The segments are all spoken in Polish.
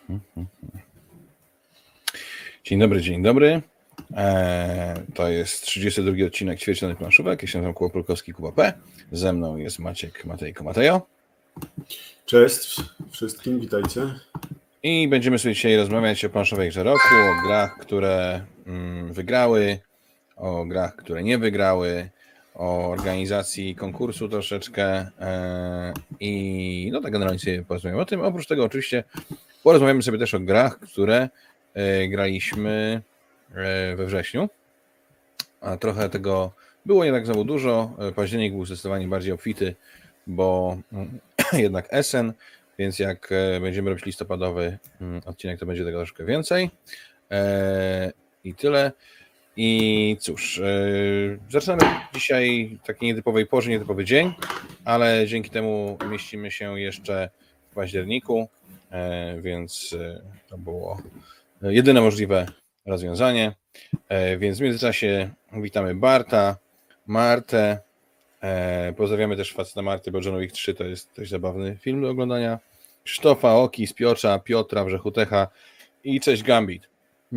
Dzień dobry, dzień dobry. To jest 32 odcinek Ćwierćfinałów planszówek. Ja się nazywam Kuba Polkowski, Kuba P. Ze mną jest Maciek Matejko Matejo. Cześć wszystkim, witajcie. I będziemy sobie dzisiaj rozmawiać o planszowej grze roku, o grach, które wygrały, o grach, które nie wygrały, o organizacji konkursu troszeczkę i no tak generalnie sobie porozmawiamy o tym. Oprócz tego oczywiście porozmawiamy sobie też o grach, które graliśmy we wrześniu, a trochę tego było jednak znowu dużo. Październik był zdecydowanie bardziej obfity, bo jednak Essen, więc jak będziemy robić listopadowy odcinek, to będzie tego troszkę więcej. I tyle. I cóż, zaczynamy dzisiaj w takiej nietypowej porze, nietypowy dzień, ale dzięki temu mieścimy się jeszcze w październiku, więc to było jedyne możliwe rozwiązanie. Więc w międzyczasie witamy Barta, Martę, pozdrawiamy też faceta Marty, bo John Wick 3 to jest dość zabawny film do oglądania. Krzysztofa, Oki, Spiocza, Piotra, Wrzechutecha i cześć Gambit.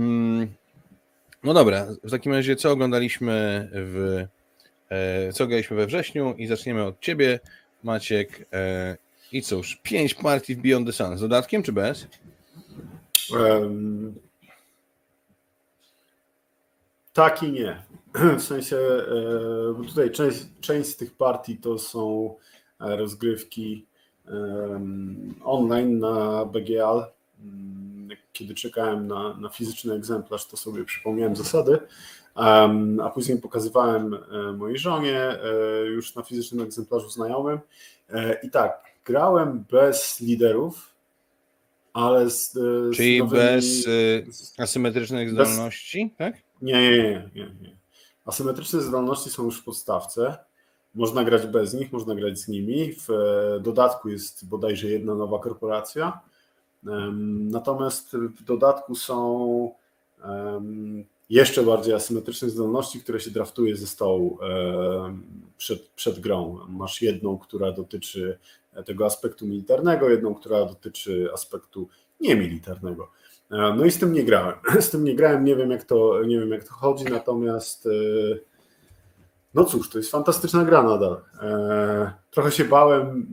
No dobra, w takim razie co oglądaliśmy co graliśmy we wrześniu i zaczniemy od ciebie, Maciek. I cóż, 5 partii w Beyond the Sun z dodatkiem czy bez? Tak i nie. W sensie tutaj część z tych partii to są rozgrywki online na BGL. Kiedy czekałem na fizyczny egzemplarz, to sobie przypomniałem zasady, a później pokazywałem mojej żonie już na fizycznym egzemplarzu znajomym. I tak, grałem bez liderów, ale czyli nowymi, bez asymetrycznych zdolności, tak? Nie. Asymetryczne zdolności są już w podstawce. Można grać bez nich, można grać z nimi. W dodatku jest bodajże jedna nowa korporacja. Natomiast w dodatku są jeszcze bardziej asymetryczne zdolności, które się draftuje ze stołu przed grą. Masz jedną, która dotyczy tego aspektu militarnego, jedną, która dotyczy aspektu niemilitarnego. No i z tym nie grałem. Nie wiem jak to chodzi, natomiast no cóż, to jest fantastyczna gra nadal. Trochę się bałem,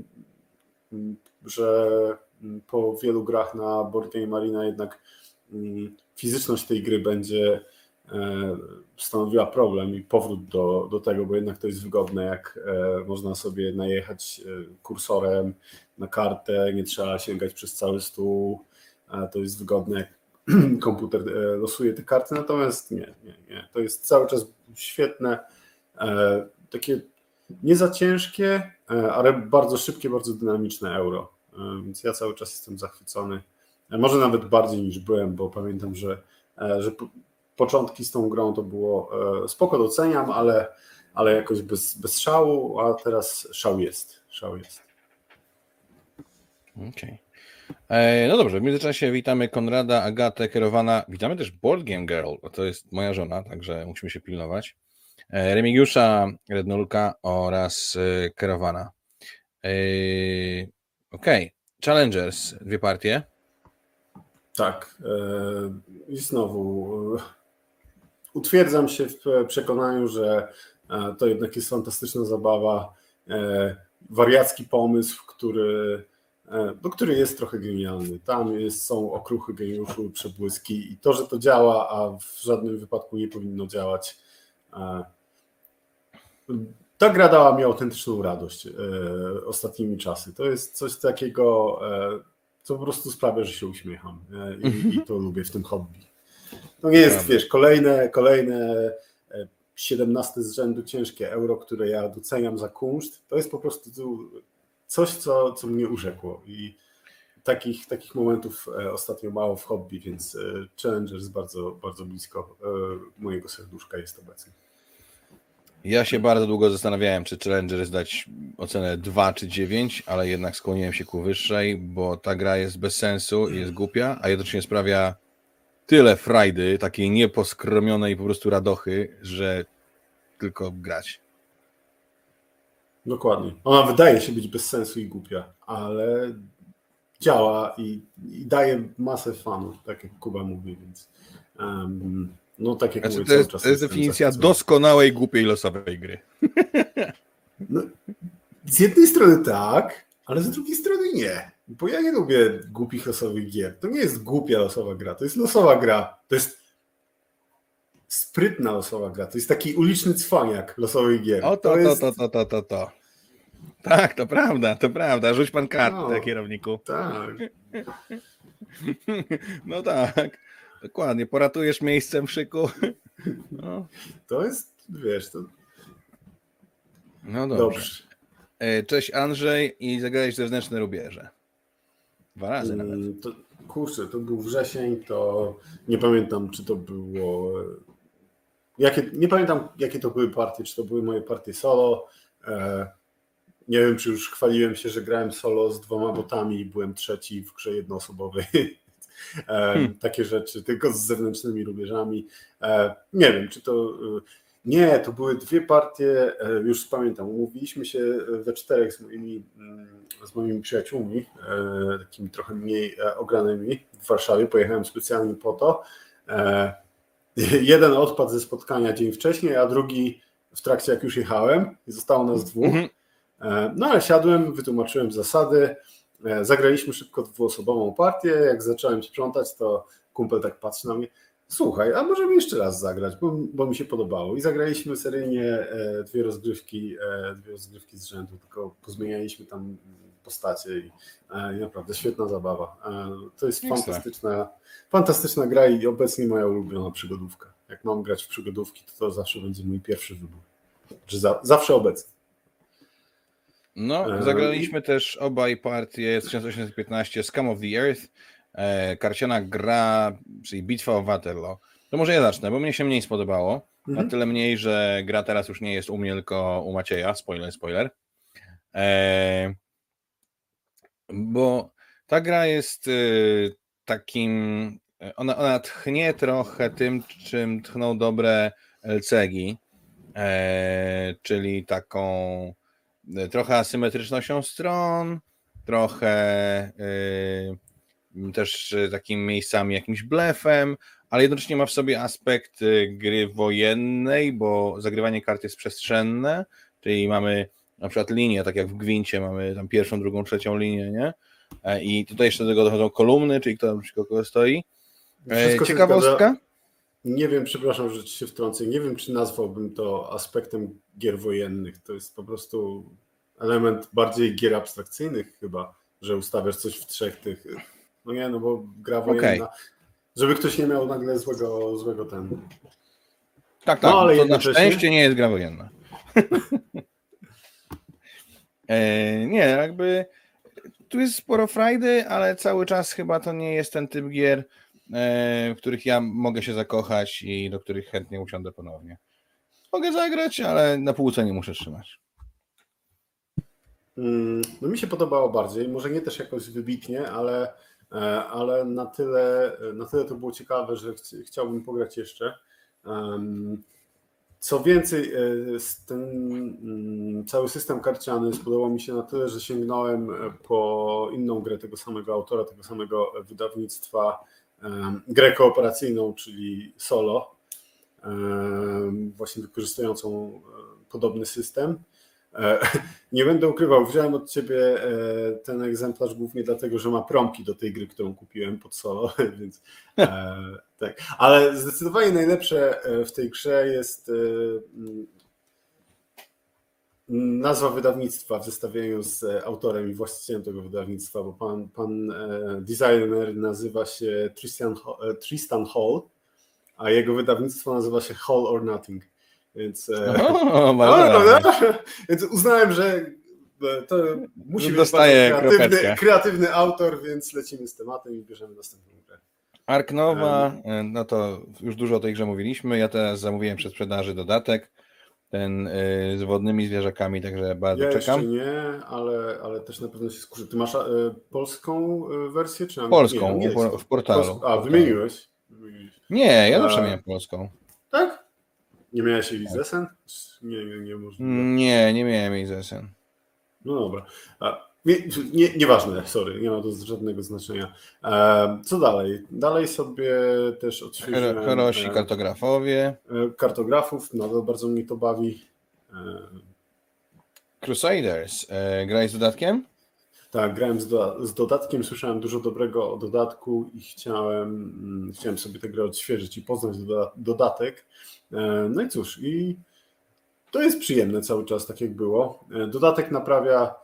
że po wielu grach na Board Game Arena jednak fizyczność tej gry będzie stanowiła problem i powrót do tego, bo jednak to jest wygodne, jak można sobie najechać kursorem na kartę, nie trzeba sięgać przez cały stół, to jest wygodne, jak komputer losuje te karty, natomiast nie. To jest cały czas świetne, takie nie za ciężkie, ale bardzo szybkie, bardzo dynamiczne euro. Więc ja cały czas jestem zachwycony. Może nawet bardziej niż byłem, bo pamiętam, że początki z tą grą to było spoko, doceniam, ale jakoś bez szału, a teraz szał jest. Okej. No dobrze, w międzyczasie witamy Konrada, Agatę, Kierowana. Witamy też Board Game Girl, bo to jest moja żona, także musimy się pilnować. Remigiusza, Rednulka oraz Kierowana. Okej. Challengers, 2 partie. Tak. I znowu utwierdzam się w przekonaniu, że to jednak jest fantastyczna zabawa, wariacki pomysł, który jest trochę genialny. Tam są okruchy geniuszu, przebłyski i to, że to działa, a w żadnym wypadku nie powinno działać. Ta gra dała mi autentyczną radość ostatnimi czasy. To jest coś takiego, co po prostu sprawia, że się uśmiecham i to lubię w tym hobby. To nie jest, wiesz, kolejne 17 z rzędu ciężkie euro, które ja doceniam za kunszt. To jest po prostu coś, co mnie urzekło i takich momentów ostatnio mało w hobby, więc Challengers bardzo, bardzo blisko mojego serduszka jest obecny. Ja się bardzo długo zastanawiałem, czy Challengers dać ocenę 2 czy 9, ale jednak skłoniłem się ku wyższej, bo ta gra jest bez sensu i jest głupia, a jednocześnie sprawia tyle frajdy, takiej nieposkromionej po prostu radochy, że tylko grać. Dokładnie. Ona wydaje się być bez sensu i głupia, ale działa i daje masę fanów, tak jak Kuba mówi, więc no tak jak mówię, cały czas to jest jestem definicja zachwycony. doskonałej, głupiej, losowej gry. No, z jednej strony tak, ale z drugiej strony nie. Bo ja nie lubię głupich losowych gier. To nie jest głupia losowa gra, to jest losowa gra. To jest sprytna losowa gra. To jest taki uliczny cwaniak losowych gier. O, to. Tak, to prawda. Rzuć pan kartę, kierowniku. Tak. No tak, dokładnie. Poratujesz miejscem w szyku. No. To jest, wiesz, to... No dobrze. Cześć Andrzej i zagrałeś zewnętrzne rubieże. 2 razy nawet. Kurczę, to był wrzesień, to nie pamiętam, czy to było... Nie pamiętam, jakie to były partie, czy to były moje partie solo. Nie wiem, czy już chwaliłem się, że grałem solo z 2 botami i byłem trzeci w grze jednoosobowej. Takie rzeczy, tylko z zewnętrznymi rubieżami. Nie wiem, czy to... Nie, to były 2 partie, już pamiętam, umówiliśmy się we 4 z moimi przyjaciółmi, takimi trochę mniej ogranymi w Warszawie. Pojechałem specjalnie po to. Jeden odpadł ze spotkania dzień wcześniej, a drugi w trakcie, jak już jechałem. Zostało nas 2. No ale siadłem, wytłumaczyłem zasady, zagraliśmy szybko 2-osobową partię. Jak zacząłem sprzątać, to kumpel tak patrzy na mnie: słuchaj, a możemy jeszcze raz zagrać, bo mi się podobało. I zagraliśmy seryjnie 2 rozgrywki z rzędu, tylko pozmienialiśmy tam postacie i naprawdę świetna zabawa. To jest fantastyczna gra i obecnie moja ulubiona przygodówka. Jak mam grać w przygodówki, to zawsze będzie mój pierwszy wybór. Zawsze obecny. No, zagraliśmy też obaj partie z 1815 Scum of the Earth, karciana gra, czyli Bitwa o Waterloo. To może ja zacznę, bo mnie się mniej spodobało. Na tyle mniej, że gra teraz już nie jest u mnie, tylko u Macieja. Spoiler. Bo ta gra jest takim... Ona tchnie trochę tym, czym tchną dobre LCG, czyli taką trochę asymetrycznością stron, trochę też takimi miejscami jakimś blefem, ale jednocześnie ma w sobie aspekt gry wojennej, bo zagrywanie kart jest przestrzenne, czyli mamy na przykład linię, tak jak w Gwincie mamy tam 1., 2., 3. linię, nie? I tutaj jeszcze do tego dochodzą kolumny, czyli kto przeciwko kogo stoi. Ciekawostka? Nie wiem, przepraszam, że ci się wtrącę, nie wiem, czy nazwałbym to aspektem gier wojennych. To jest po prostu element bardziej gier abstrakcyjnych chyba, że ustawiasz coś w 3 tych... No nie, no bo gra wojenna... Okay. Żeby ktoś nie miał nagle złego ten... Tak, no, ale to na szczęście nie jest gra wojenna. Nie, jakby tu jest sporo frajdy, ale cały czas chyba to nie jest ten typ gier, w których ja mogę się zakochać i do których chętnie usiądę ponownie. Mogę zagrać, ale na półce nie muszę trzymać. No mi się podobało bardziej, może nie też jakoś wybitnie, ale na tyle to było ciekawe, że chciałbym pograć jeszcze. Co więcej, ten cały system karciany spodobał mi się na tyle, że sięgnąłem po inną grę tego samego autora, tego samego wydawnictwa, grę kooperacyjną, czyli Solo, właśnie wykorzystującą podobny system. Nie będę ukrywał, wziąłem od ciebie ten egzemplarz głównie dlatego, że ma promki do tej gry, którą kupiłem pod Solo, więc tak. Ale zdecydowanie najlepsze w tej grze jest nazwa wydawnictwa w zestawieniu z autorem i właścicielem tego wydawnictwa, bo pan designer nazywa się Tristan Hall, a jego wydawnictwo nazywa się Hall or Nothing. Więc, więc uznałem, że to musi być kreatywny autor, więc lecimy z tematem i bierzemy następną grę. Ark Nova, no to już dużo o tej grze mówiliśmy. Ja teraz zamówiłem przed sprzedaży dodatek, ten z wodnymi zwierzakami, także bardzo czekam. Jeszcze nie, ale też na pewno się skuszę. Ty masz polską wersję? Czy polską, w portalu. Wymieniłeś? Nie, ja zawsze miałem polską. Tak? Nie miałeś jej Zesen? Nie Nie miałem jej Zesen. No dobra. Nieważne, sorry, nie ma to żadnego znaczenia. Co dalej? Dalej sobie też odświeżyłem Herosi, kartografowie. Kartografów, nadal bardzo mnie to bawi. Crusaders. Grałeś z dodatkiem? Tak, grałem z dodatkiem, słyszałem dużo dobrego o dodatku i chciałem sobie tę grę odświeżyć i poznać dodatek. No i cóż, i to jest przyjemne cały czas, tak jak było. Dodatek naprawia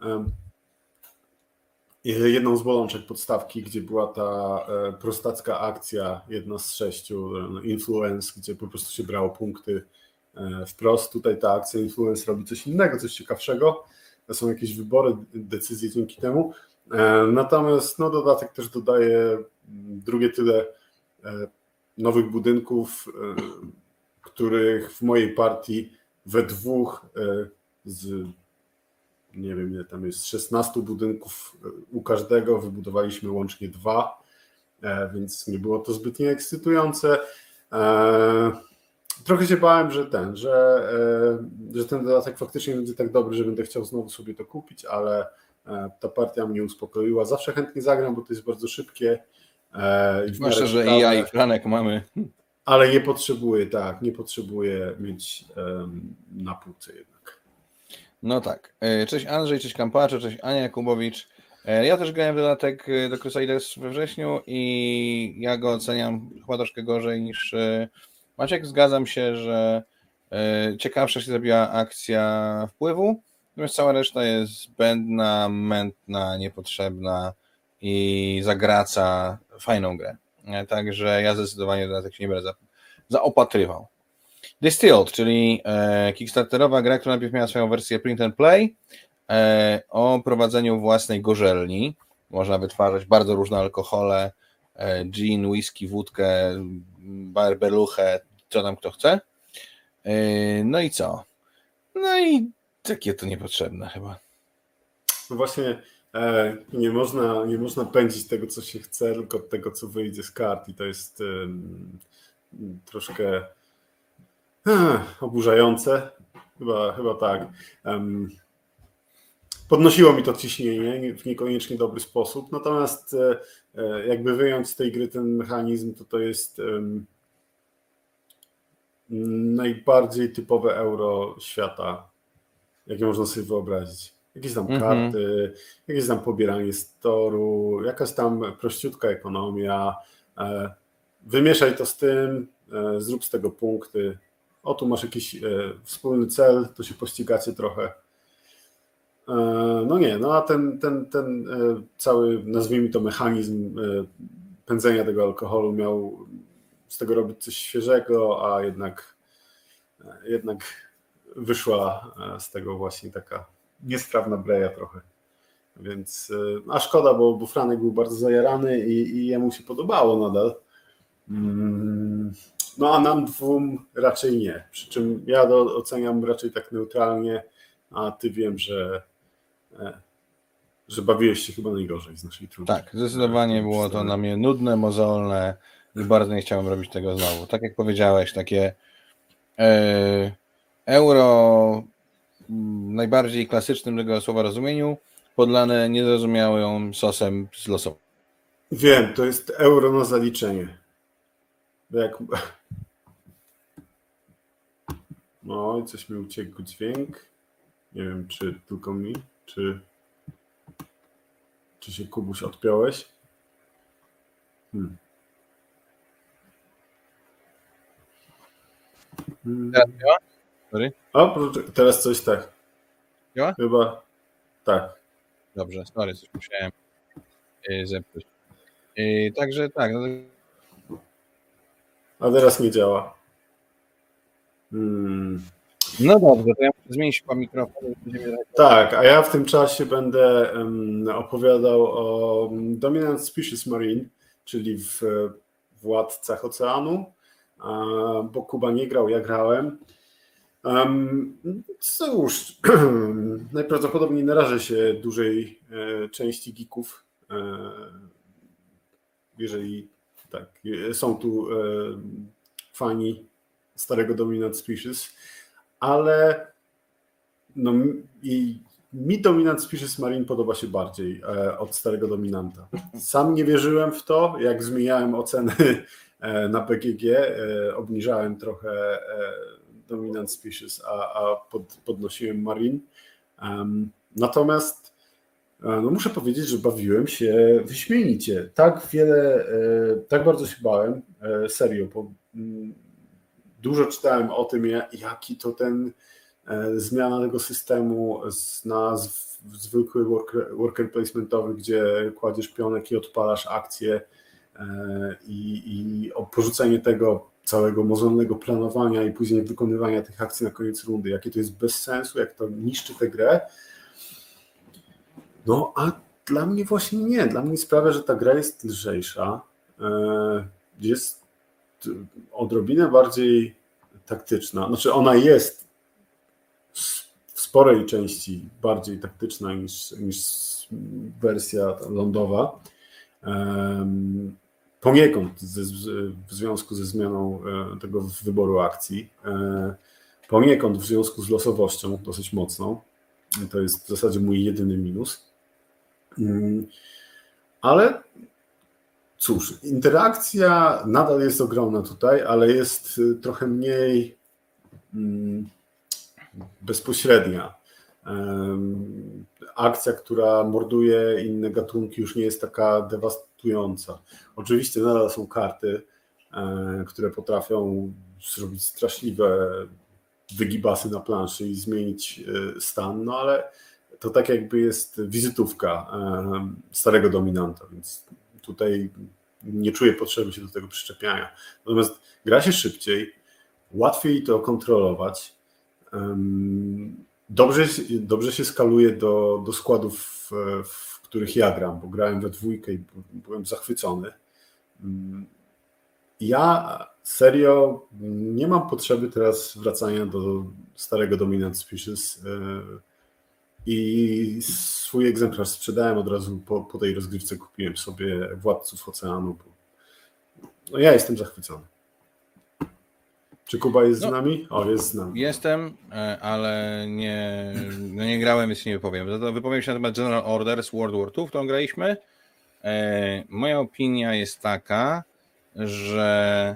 jedną z bolączek podstawki, gdzie była ta prostacka akcja, jedna z 6, Influence, gdzie po prostu się brało punkty wprost. Tutaj ta akcja Influence robi coś innego, coś ciekawszego. Są jakieś wybory, decyzje dzięki temu. Natomiast dodatek też dodaje drugie tyle nowych budynków, których w mojej partii we dwóch z nie wiem ile tam jest, 16 budynków u każdego wybudowaliśmy łącznie 2, więc nie było to zbytnio ekscytujące. Trochę się bałem, że ten dodatek faktycznie będzie tak dobry, że będę chciał znowu sobie to kupić, ale ta partia mnie uspokoiła. Zawsze chętnie zagram, bo to jest bardzo szybkie. Zwłaszcza, że i ja, i Franek mamy. Ale nie potrzebuję mieć na półce jednak. No tak. Cześć Andrzej, cześć Kampacze, cześć Ania Jakubowicz. Ja też grałem w dodatek do Crusaders we wrześniu i ja go oceniam chyba troszkę gorzej niż Maciek. Zgadzam się, że ciekawsza się zrobiła akcja wpływu, natomiast cała reszta jest zbędna, mętna, niepotrzebna i zagraca fajną grę. Także ja zdecydowanie dodatek się nie będę zaopatrywał. Distilled, czyli kickstarterowa gra, która najpierw miała swoją wersję print and play o prowadzeniu własnej gorzelni. Można wytwarzać bardzo różne alkohole, gin, whisky, wódkę, barbeluchę, co tam kto chce. No i co? No i takie to niepotrzebne chyba. No właśnie nie można pędzić tego, co się chce, tylko tego, co wyjdzie z kart i to jest troszkę oburzające. Chyba tak. Podnosiło mi to ciśnienie w niekoniecznie dobry sposób, natomiast jakby wyjąć z tej gry ten mechanizm, to jest najbardziej typowe euro świata, jakie można sobie wyobrazić. Jakieś tam karty, jakieś tam pobieranie z toru, jakaś tam prościutka ekonomia. Wymieszaj to z tym, zrób z tego punkty. O, tu masz jakiś wspólny cel, to się pościgacie trochę. A ten cały, nazwijmy to, mechanizm pędzenia tego alkoholu miał z tego robić coś świeżego, a jednak wyszła z tego właśnie taka niestrawna breja trochę. Więc a szkoda, bo Franek był bardzo zajarany i jemu się podobało nadal. No a nam dwóm raczej nie. Przy czym ja oceniam raczej tak neutralnie, a ty wiem, że bawiłeś się chyba najgorzej z naszej trójki. Tak, zdecydowanie było to na mnie nudne, mozolne i bardzo nie chciałem robić tego znowu. Tak jak powiedziałeś, takie euro najbardziej klasycznym tego słowa rozumieniu, podlane niezrozumiałym sosem z losowym. Wiem, to jest euro na zaliczenie. No i coś mi uciekł dźwięk. Nie wiem, czy tylko mi, czy się Kubuś odpiąłeś? Teraz działa? Sorry. O, teraz coś tak. Działa? Chyba tak. Dobrze, sorry, coś musiałem zepsuć. Także tak. A teraz nie działa. No dobrze, to ja muszę zmienić chyba mikrofon. Tak, a ja w tym czasie będę opowiadał o Dominant Species Marine, czyli w Władcach Oceanu, bo Kuba nie grał, ja grałem. Cóż, najprawdopodobniej narażę się dużej części geeków, jeżeli tak, są tu fani starego Dominant Species, ale i Mi Dominant Species Marine podoba się bardziej od starego Dominanta. Sam nie wierzyłem w to, jak zmieniałem oceny na PGG, obniżałem trochę Dominant Species, a podnosiłem Marine. Natomiast no muszę powiedzieć, że bawiłem się wyśmienicie. Tak bardzo się bałem, serio, bo dużo czytałem o tym, jaki to zmiana tego systemu na zwykły worker placementowy, gdzie kładziesz pionek i odpalasz akcję i porzucenie tego całego mozolnego planowania i później wykonywania tych akcji na koniec rundy, jakie to jest bez sensu, jak to niszczy tę grę. No a dla mnie właśnie nie. Dla mnie sprawia, że ta gra jest lżejsza, jest odrobinę bardziej taktyczna. Znaczy ona jest w sporej części bardziej taktyczna niż wersja lądowa. Poniekąd w związku ze zmianą tego wyboru akcji, poniekąd w związku z losowością dosyć mocną. To jest w zasadzie mój jedyny minus. Ale cóż, interakcja nadal jest ogromna tutaj, ale jest trochę mniej bezpośrednia. Akcja, która morduje inne gatunki, już nie jest taka dewastująca. Oczywiście nadal są karty, które potrafią zrobić straszliwe wygibasy na planszy i zmienić stan, no ale to tak jakby jest wizytówka starego Dominanta, więc tutaj nie czuję potrzeby się do tego przyczepiania. Natomiast gra się szybciej, łatwiej to kontrolować, dobrze się skaluje do składów, w których ja gram, bo grałem we dwójkę i byłem zachwycony. Ja serio nie mam potrzeby teraz wracania do starego Dominant Species i swój egzemplarz sprzedałem od razu po tej rozgrywce, kupiłem sobie Władców Oceanu, bo no ja jestem zachwycony. Czy Kuba jest z nami? O, jest z nami. Jestem, ale nie grałem, więc nie wypowiem. Wypowiem się na temat General Orders World War II, w którą graliśmy. Moja opinia jest taka, że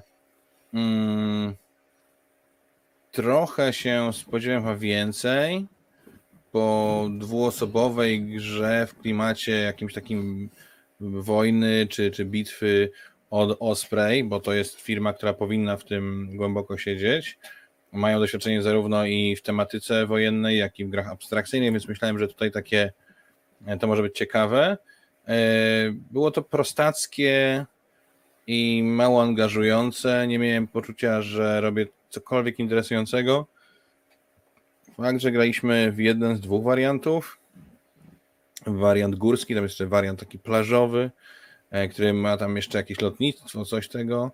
trochę się spodziewałem więcej po dwuosobowej grze w klimacie jakimś takim wojny czy bitwy od Osprey, bo to jest firma, która powinna w tym głęboko siedzieć. Mają doświadczenie zarówno i w tematyce wojennej, jak i w grach abstrakcyjnych, więc myślałem, że tutaj to może być ciekawe. Było to prostackie i mało angażujące. Nie miałem poczucia, że robię cokolwiek interesującego. Fakt, że graliśmy w jeden z dwóch wariantów. Wariant górski, tam jeszcze wariant taki plażowy, który ma tam jeszcze jakieś lotnictwo, coś tego.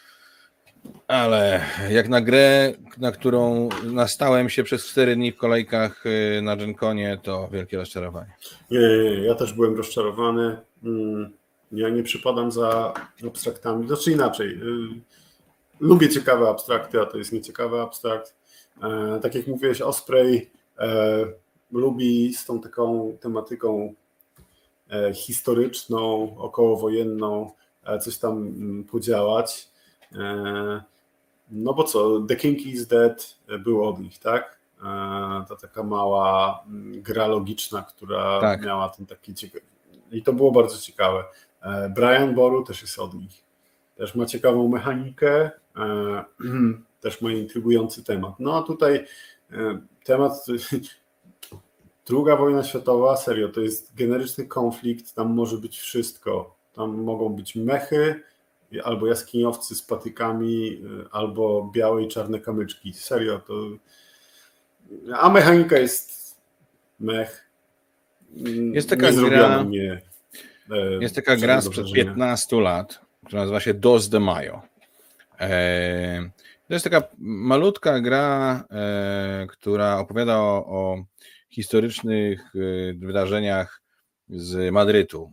Ale jak na grę, na którą nastałem się przez 4 dni w kolejkach na Gen-Conie, to wielkie rozczarowanie. Ja też byłem rozczarowany. Ja nie przypadam za abstraktami. Znaczy inaczej. Lubię ciekawe abstrakty, a to jest nieciekawy abstrakt. Tak jak mówiłeś, Osprey lubi z tą taką tematyką historyczną, okołowojenną coś tam podziałać. No bo co, The King is Dead było od nich, tak? Ta taka mała gra logiczna, która tak miała ten taki ciekawy. I to było bardzo ciekawe. Brian Boru też jest od nich. Też ma ciekawą mechanikę, też ma intrygujący temat. No a tutaj temat II wojna światowa, serio, to jest generyczny konflikt, tam może być wszystko. Tam mogą być mechy, albo jaskiniowcy z patykami, albo białe i czarne kamyczki. Serio, to... A mechanika jest mech. Jest taka gra, jest taka gra sprzed 15 lat, która nazywa się Dos de Mayo. To jest taka malutka gra, która opowiada o historycznych wydarzeniach z Madrytu.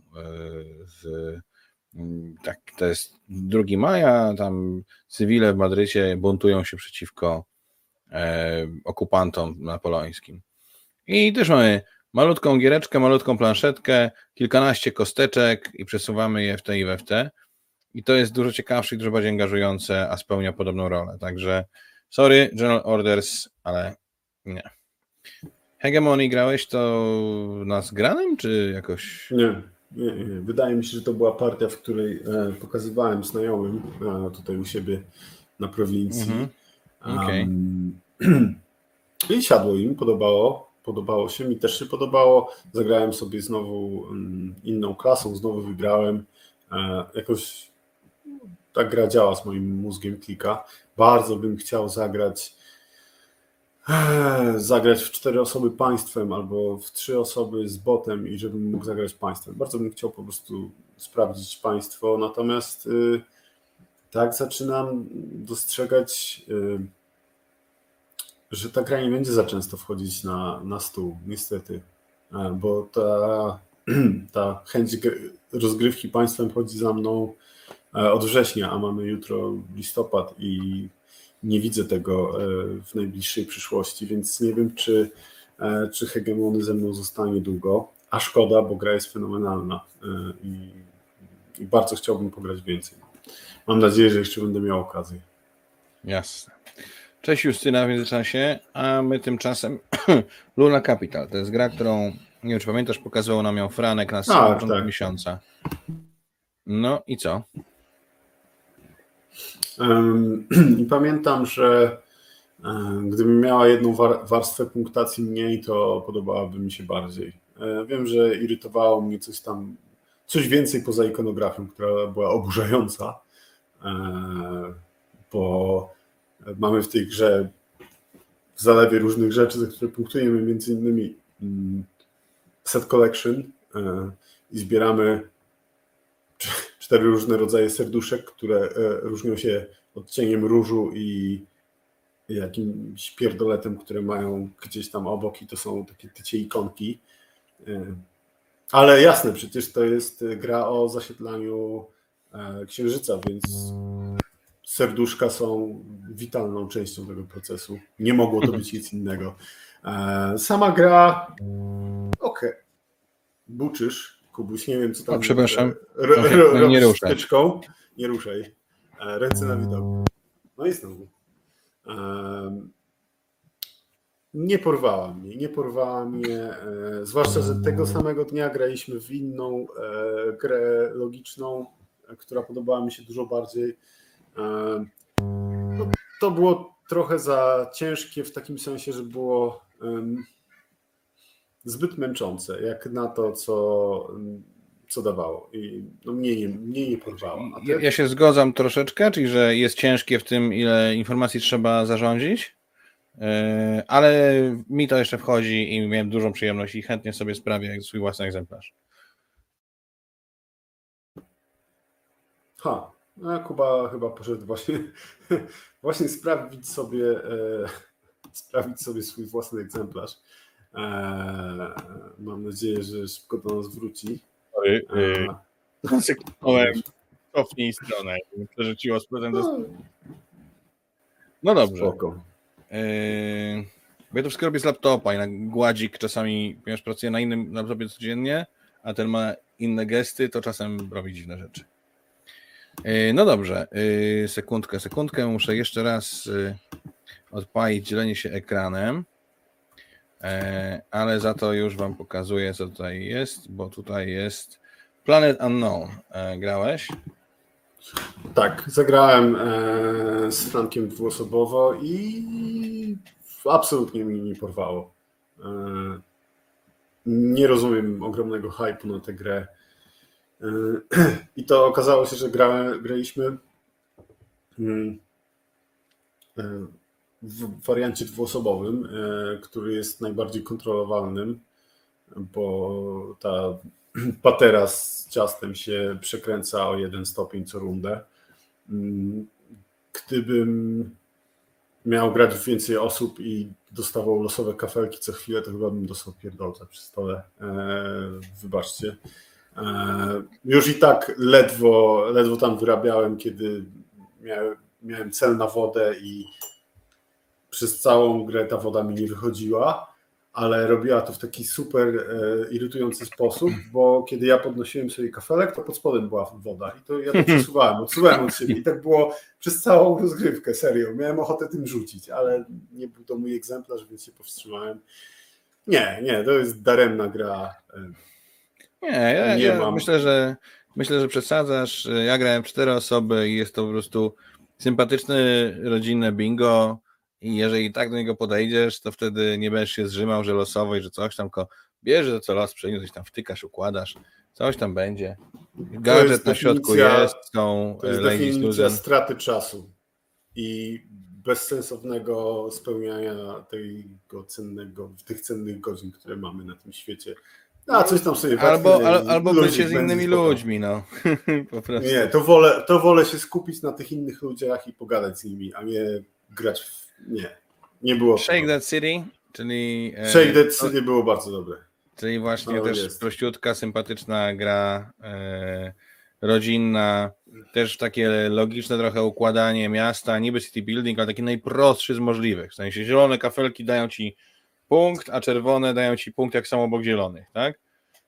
Tak, to jest 2 maja, tam cywile w Madrycie buntują się przeciwko okupantom napoleońskim. I też mamy malutką giereczkę, malutką planszetkę, kilkanaście kosteczek i przesuwamy je w te i we w te. I to jest dużo ciekawsze i dużo bardziej angażujące, a spełnia podobną rolę. Także sorry, General Orders, ale nie. Hegemony grałeś to na zgranym, czy jakoś... Nie. Wydaje mi się, że to była partia, w której pokazywałem znajomym tutaj u siebie na prowincji. Okej. I siadło im, podobało się, mi też się podobało. Zagrałem sobie znowu inną klasą, znowu wygrałem. Jakoś ta gra działa z moim mózgiem, klika. Bardzo bym chciał zagrać w 4 osoby państwem albo w 3 osoby z botem i żebym mógł zagrać państwem. Bardzo bym chciał po prostu sprawdzić państwo, natomiast tak zaczynam dostrzegać, że ta gra nie będzie za często wchodzić na stół, niestety, bo ta chęć rozgrywki państwem chodzi za mną od września, a mamy jutro listopad i nie widzę tego w najbliższej przyszłości, więc nie wiem, czy Hegemony ze mną zostanie długo, a szkoda, bo gra jest fenomenalna i bardzo chciałbym pograć więcej. Mam nadzieję, że jeszcze będę miał okazję. Jasne. Cześć Justyna w międzyczasie, a my tymczasem Luna Capital. To jest gra, którą, nie wiem czy pamiętasz, pokazywał nam ją Franek na samym początku miesiąca. No i co? I pamiętam, że gdybym miała jedną warstwę punktacji mniej, to podobałaby mi się bardziej. Wiem, że irytowało mnie coś więcej poza ikonografią, która była oburzająca, bo mamy w tej grze w zalewie różnych rzeczy, za które punktujemy, między innymi set collection i zbieramy 4 różne rodzaje serduszek, które różnią się odcieniem różu i jakimś pierdoletem, które mają gdzieś tam obok i to są takie tycie ikonki. Ale jasne, przecież to jest gra o zasiedlaniu Księżyca, więc serduszka są witalną częścią tego procesu. Nie mogło to być nic innego. Sama gra, okej. Buczysz, Kubuś, nie wiem co tam. Przepraszam. Nie ruszaj. Styczką. Nie ruszaj. Ręce na widok. No i znowu. Nie porwała mnie, zwłaszcza, że tego samego dnia graliśmy w inną grę logiczną, która podobała mi się dużo bardziej. No, to było trochę za ciężkie w takim sensie, że było zbyt męczące, jak na to, co dawało. I no, mnie nie porwało. Ja się zgadzam troszeczkę, czyli że jest ciężkie w tym, ile informacji trzeba zarządzić, ale mi to jeszcze wchodzi i miałem dużą przyjemność i chętnie sobie sprawię swój własny egzemplarz. Kuba chyba poszedł właśnie sprawić sobie swój własny egzemplarz. Mam nadzieję, że szybko do nas wróci. Cofnij stronę. Przerzuciło z powrotem do... No dobrze. Spoko. Bo ja to wszystko robię z laptopa i na gładzik czasami, ponieważ pracuję na innym laptopie codziennie, a ten ma inne gesty, to czasem robi dziwne rzeczy. No dobrze. Sekundkę. Muszę jeszcze raz odpalić dzielenie się ekranem. Ale za to już wam pokazuję, co tutaj jest, bo tutaj jest Planet Unknown. Grałeś? Tak, zagrałem z Frankiem dwuosobowo i absolutnie mnie nie porwało. Nie rozumiem ogromnego hype'u na tę grę. I to okazało się, że graliśmy w wariancie dwuosobowym, który jest najbardziej kontrolowalnym, bo ta patera z ciastem się przekręca o 1 stopień co rundę. Gdybym miał grać w więcej osób i dostawał losowe kafelki co chwilę, to chyba bym dostał pierdolca przy stole. Wybaczcie. Już i tak ledwo tam wyrabiałem, kiedy miałem cel na wodę i przez całą grę ta woda mi nie wychodziła, ale robiła to w taki super irytujący sposób, bo kiedy ja podnosiłem sobie kafelek, to pod spodem była woda i to ja to odsuwałem od siebie i tak było przez całą rozgrywkę, serio. Miałem ochotę tym rzucić, ale nie był to mój egzemplarz, więc się powstrzymałem. Nie, to jest daremna gra. Ja myślę, że przesadzasz. Ja grałem 4 osoby i jest to po prostu sympatyczne, rodzinne bingo i jeżeli tak do niego podejdziesz, to wtedy nie będziesz się zrzymał, że losowo i że coś tam, tylko bierzesz to co los przyniósł, coś tam wtykasz, układasz, coś tam będzie. Gadżet na środku jest, są to jest definicja straty czasu i bezsensownego spełniania tych cennych godzin, które mamy na tym świecie. Coś tam sobie albo bycie z innymi ludźmi, no. Po prostu. Nie, to wolę się skupić na tych innych ludziach i pogadać z nimi, a nie grać nie było. Shake That City, czyli... Shake That City było bardzo dobre. Czyli właśnie też prościutka, sympatyczna gra rodzinna, też takie logiczne trochę układanie miasta, niby city building, ale taki najprostszy z możliwych. W sensie zielone kafelki dają ci punkt, a czerwone dają ci punkt jak są obok zielonych, tak?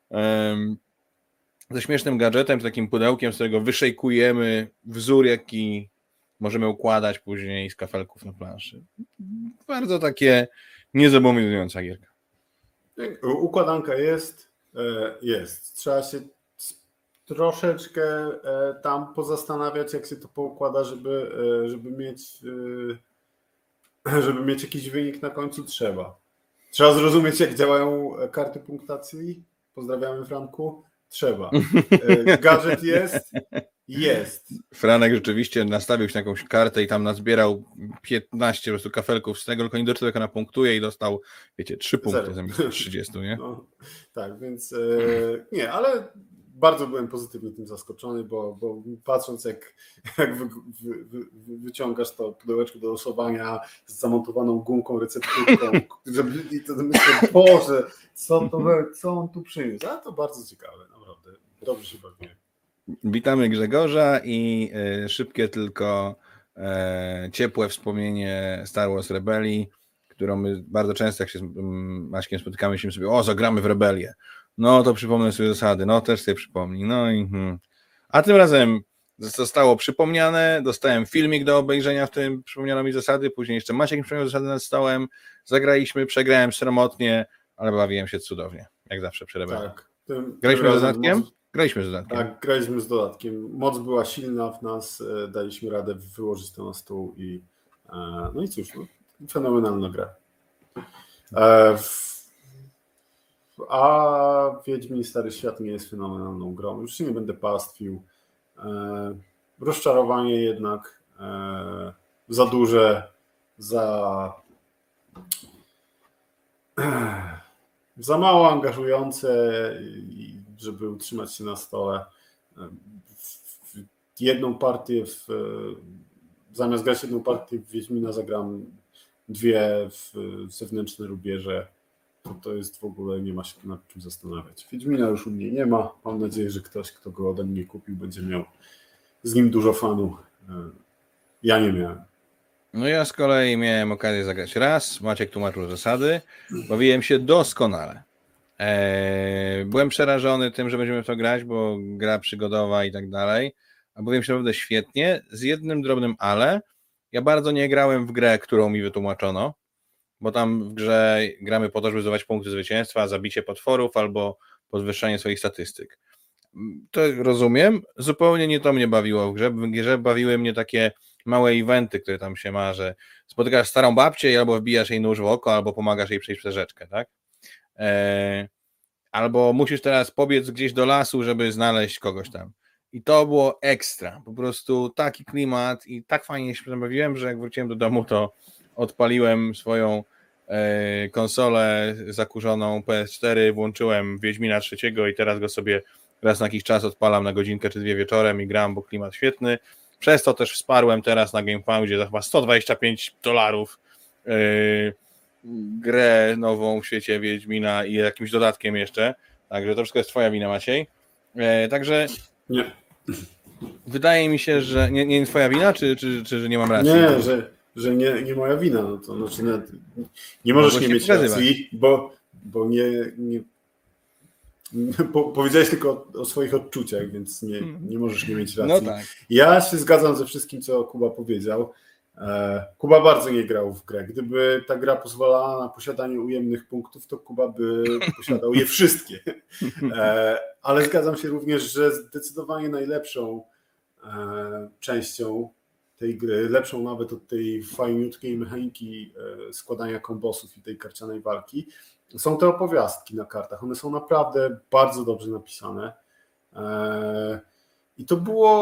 Ze śmiesznym gadżetem, z takim pudełkiem, z którego wyszejkujemy wzór, jaki możemy układać później z kafelków na planszy. Bardzo takie niezobowiązująca gierka. Układanka jest. Trzeba się troszeczkę tam pozastanawiać, jak się to poukłada, żeby mieć jakiś wynik na końcu. Trzeba zrozumieć, jak działają karty punktacji. Pozdrawiamy, Franku. Trzeba. Gadżet jest. Franek rzeczywiście nastawił się na jakąś kartę i tam nazbierał 15 po prostu kafelków z tego, tylko nie do człowieka napunktuje i dostał, 3 punkty zamiast 30, nie? No, tak, więc ale bardzo byłem pozytywnie tym zaskoczony, bo patrząc jak wyciągasz to pudełeczko do losowania z zamontowaną gumką, recepturką, i to myślę, Boże, co on tu przyniósł? A to bardzo ciekawe, naprawdę. Dobrze się bawiłem. Witamy Grzegorza i szybkie tylko ciepłe wspomnienie Star Wars Rebelii, którą my bardzo często, jak się z Maćkiem spotykamy, myślimy sobie, zagramy w Rebelię. No to przypomnę sobie zasady, też sobie przypomnij. A tym razem zostało przypomniane, dostałem filmik do obejrzenia, w którym przypomniano mi zasady, później jeszcze Maciek mi przypomniał zasady nad stołem, zagraliśmy, przegrałem sromotnie, ale bawiłem się cudownie, jak zawsze przy Rebelii. Tak. Graliśmy z dodatkiem? Graliśmy z dodatkiem. Tak, graliśmy z dodatkiem. Moc była silna w nas, daliśmy radę wyłożyć to na stół i no i cóż, fenomenalna gra. A Wiedźmin Stary Świat nie jest fenomenalną grą. Już się nie będę pastwił. Rozczarowanie jednak za duże, za mało angażujące, żeby utrzymać się na stole. Jedną partię zamiast grać jedną partię w Wiedźmina zagram 2 zewnętrzne rubieże. To jest w ogóle, nie ma się nad czym zastanawiać. Wiedźmina już u mnie nie ma. Mam nadzieję, że ktoś, kto go ode mnie kupił, będzie miał z nim dużo fanów. Ja nie miałem. No ja z kolei miałem okazję zagrać raz. Maciek tłumaczył zasady. Bawiłem się doskonale. Byłem przerażony tym, że będziemy w to grać, bo gra przygodowa i tak dalej. A bawiłem się naprawdę świetnie. Z jednym drobnym ale. Ja bardzo nie grałem w grę, którą mi wytłumaczono, bo tam w grze gramy po to, żeby zdobywać punkty zwycięstwa, zabicie potworów albo podwyższanie swoich statystyk. To rozumiem. Zupełnie nie to mnie bawiło w grze. W grze bawiły mnie takie małe eventy, które tam się ma, że spotykasz starą babcię i albo wbijasz jej nóż w oko, albo pomagasz jej przejść przez rzeczkę, tak? Albo musisz teraz pobiec gdzieś do lasu, żeby znaleźć kogoś tam. I to było ekstra. Po prostu taki klimat i tak fajnie się bawiłem, że jak wróciłem do domu, to odpaliłem swoją konsolę zakurzoną PS4, włączyłem Wiedźmina 3 i teraz go sobie raz na jakiś czas odpalam na godzinkę czy 2 wieczorem i gram, bo klimat świetny. Przez to też wsparłem teraz na GameFoundzie za chyba $125 grę nową w świecie Wiedźmina i jakimś dodatkiem jeszcze. Także to wszystko jest twoja wina, Maciej. Także nie. Wydaje mi się, że nie twoja wina, czy że nie mam racji? Nie, że nie moja wina. No to znaczy nie możesz nie mieć racji, bo powiedziałeś tylko o swoich odczuciach, więc nie możesz nie mieć racji. No tak. Ja się zgadzam ze wszystkim, co Kuba powiedział. Kuba bardzo nie grał w grę. Gdyby ta gra pozwalała na posiadanie ujemnych punktów, to Kuba by posiadał je wszystkie. Ale zgadzam się również, że zdecydowanie najlepszą częścią tej gry, lepszą nawet od tej fajniutkiej mechaniki składania kombosów i tej karcianej walki, są te opowiastki na kartach. One są naprawdę bardzo dobrze napisane. I to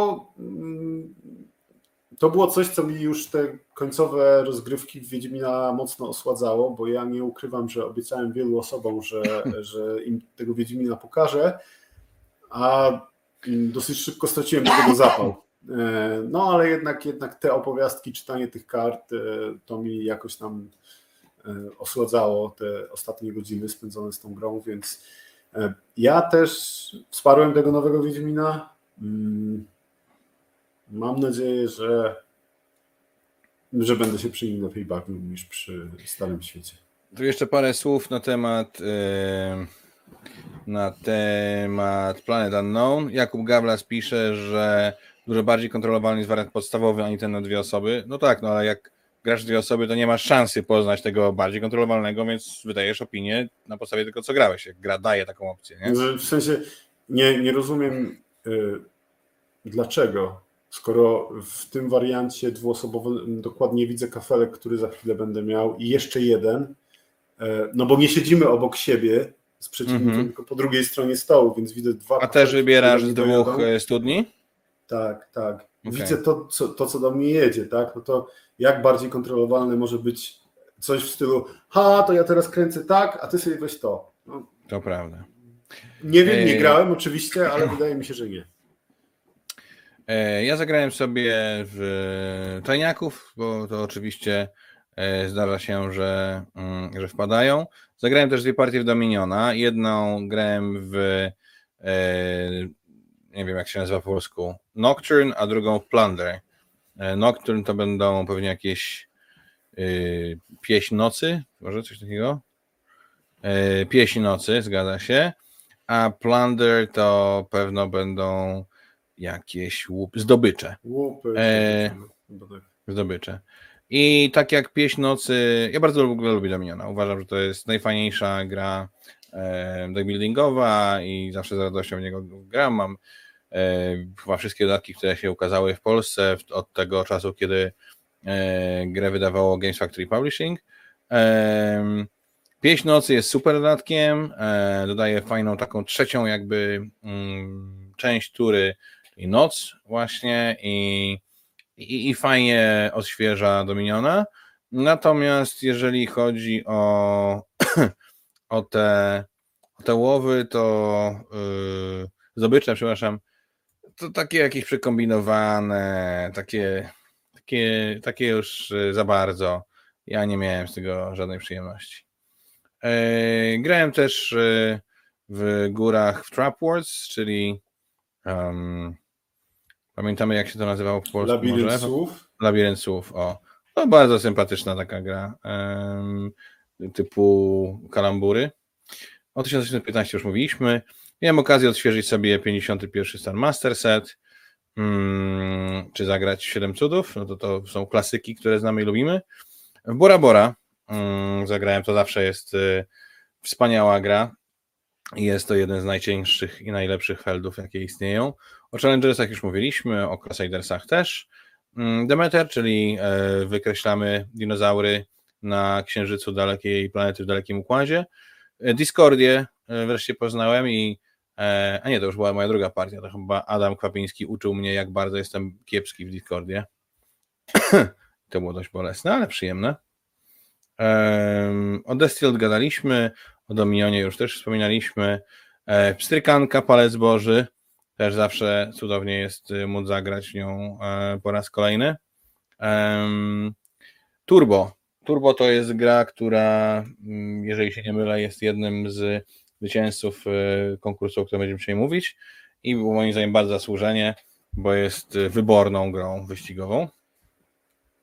było coś, co mi już te końcowe rozgrywki w Wiedźmina mocno osładzało, bo ja nie ukrywam, że obiecałem wielu osobom, że im tego Wiedźmina pokażę, a dosyć szybko straciłem do tego zapał. No ale jednak te opowiastki, czytanie tych kart, to mi jakoś tam osładzało te ostatnie godziny spędzone z tą grą, więc ja też wsparłem tego nowego Wiedźmina. Mam nadzieję, że będę się przy nim lepiej bawił niż przy Starym Świecie. Tu jeszcze parę słów na temat Planet Unknown. Jakub Gablas pisze, że dużo bardziej kontrolowalny jest wariant podstawowy, ani ten na 2 osoby. No tak, no ale jak grasz 2 osoby, to nie masz szansy poznać tego bardziej kontrolowalnego, więc wydajesz opinię na podstawie tego, co grałeś. Jak gra daje taką opcję, nie? W sensie nie rozumiem dlaczego, skoro w tym wariancie 2-osobowym dokładnie widzę kafelek, który za chwilę będę miał i jeszcze jeden, no bo nie siedzimy obok siebie z przeciwnikiem, tylko po drugiej stronie stołu, więc widzę 2. A też wybierasz z 2 studni? Tak. Okay. Widzę to, co do mnie jedzie, tak? No to jak bardziej kontrolowalne może być coś w stylu to ja teraz kręcę tak, a ty sobie weź to. No, to prawda. Nie wiem, nie grałem oczywiście, ale wydaje mi się, że nie. Ja zagrałem sobie w tajniaków, bo to oczywiście zdarza się, że wpadają. Zagrałem też 2 partie w Dominiona. Jedną grałem w nie wiem jak się nazywa po polsku, Nocturne, a drugą w Plunder. Nocturne to będą pewnie jakieś pieśń nocy, może coś takiego? Pieśń nocy, zgadza się. A Plunder to pewno będą jakieś zdobycze. Zdobycze. I tak jak Pieśń Nocy, ja bardzo lubię Dominiona. Uważam, że to jest najfajniejsza gra deckbuildingowa i zawsze z radością w niego gram. Mam chyba wszystkie dodatki, które się ukazały w Polsce od tego czasu, kiedy grę wydawało Games Factory Publishing. Pieśń Nocy jest super dodatkiem, dodaje fajną taką trzecią jakby część tury i noc właśnie i fajnie odświeża Dominiona. Natomiast jeżeli chodzi o te łowy, to zdobycze, przepraszam, to takie jakieś przekombinowane, takie już za bardzo. Ja nie miałem z tego żadnej przyjemności. Grałem też w górach w Trap Wars, czyli pamiętamy jak się to nazywało po polsku? Labirynt Słów. O, to bardzo sympatyczna taka gra typu kalambury. O 1815 już mówiliśmy. Miałem okazję odświeżyć sobie 51 Star Master Set, czy zagrać 7 cudów, no to są klasyki, które znamy i lubimy. W Bora Bora zagrałem, to zawsze jest wspaniała gra. Jest to jeden z najcięższych i najlepszych feldów, jakie istnieją. O Challengersach już mówiliśmy, o Crusadersach też. Demeter, czyli wykreślamy dinozaury na księżycu dalekiej planety w dalekim układzie. Discordię wreszcie poznałem a nie, to już była moja druga partia, to chyba Adam Kwapiński uczył mnie, jak bardzo jestem kiepski w Discordzie. To było dość bolesne, ale przyjemne. O Destilled gadaliśmy, o Dominionie już też wspominaliśmy. Pstrykanka, Palec Boży, też zawsze cudownie jest móc zagrać w nią po raz kolejny. Turbo to jest gra, która, jeżeli się nie mylę, jest jednym z zwycięzców konkursu, o którym będziemy dzisiaj mówić i było moim zdaniem bardzo zasłużenie, bo jest wyborną grą wyścigową.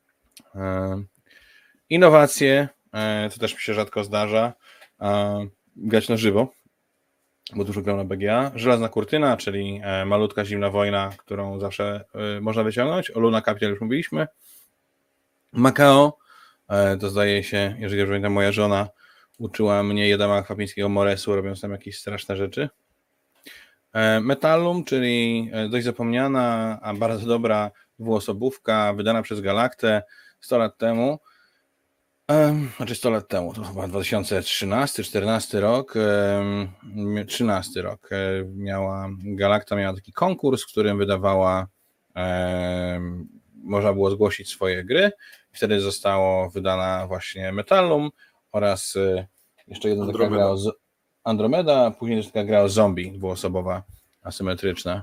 Innowacje, to też mi się rzadko zdarza. grać na żywo, bo dużo grał na BGA. Żelazna kurtyna, czyli malutka zimna wojna, którą zawsze można wyciągnąć. O Luna Capital już mówiliśmy. Macao, to zdaje się, jeżeli dobrze pamiętam, moja żona uczyła mnie Jedama Chwapińskiego Moresu, robiąc tam jakieś straszne rzeczy. Metallum, czyli dość zapomniana, a bardzo dobra dwuosobówka, wydana przez Galaktę 100 lat temu. Znaczy 100 lat temu, to chyba 2013-14 rok. 13 rok. Galacta miała taki konkurs, w którym wydawała, można było zgłosić swoje gry. Wtedy zostało wydana właśnie Metallum oraz jeszcze jedna taka gra o Andromeda, później też taka gra o zombie, dwuosobowa, asymetryczna.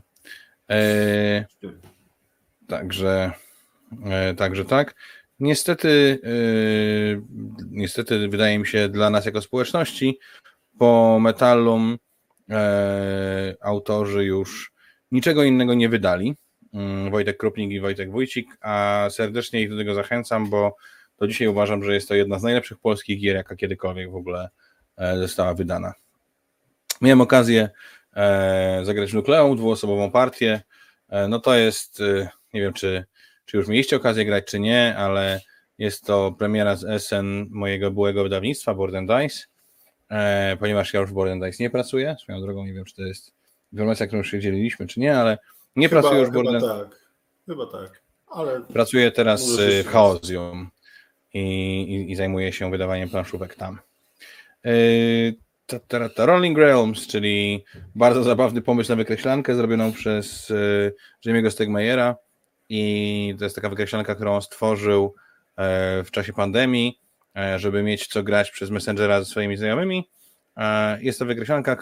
Także tak. Niestety wydaje mi się dla nas jako społeczności po Metallum autorzy już niczego innego nie wydali. Wojtek Krupnik i Wojtek Wójcik, a serdecznie ich do tego zachęcam, bo do dzisiaj uważam, że jest to jedna z najlepszych polskich gier, jaka kiedykolwiek w ogóle została wydana. Miałem okazję zagrać w Nukleum, dwuosobową partię. No to jest, nie wiem czy już mieliście okazję grać, czy nie, ale jest to premiera z SN mojego byłego wydawnictwa Board & Dice, ponieważ ja już w Board & Dice nie pracuję. Swoją drogą nie wiem, czy to jest informacja, którą już się dzieliliśmy, czy nie, ale nie pracuję już w Board & Dice. Chyba tak. Ale pracuję teraz w Chaosium i zajmuję się wydawaniem planszówek tam. Rolling Realms, czyli bardzo zabawny pomysł na wykreślankę zrobioną przez Jamie'ego Stegmajera i to jest taka wykreślanka, którą on stworzył w czasie pandemii, żeby mieć co grać przez Messengera ze swoimi znajomymi. Jest to wykreślanka,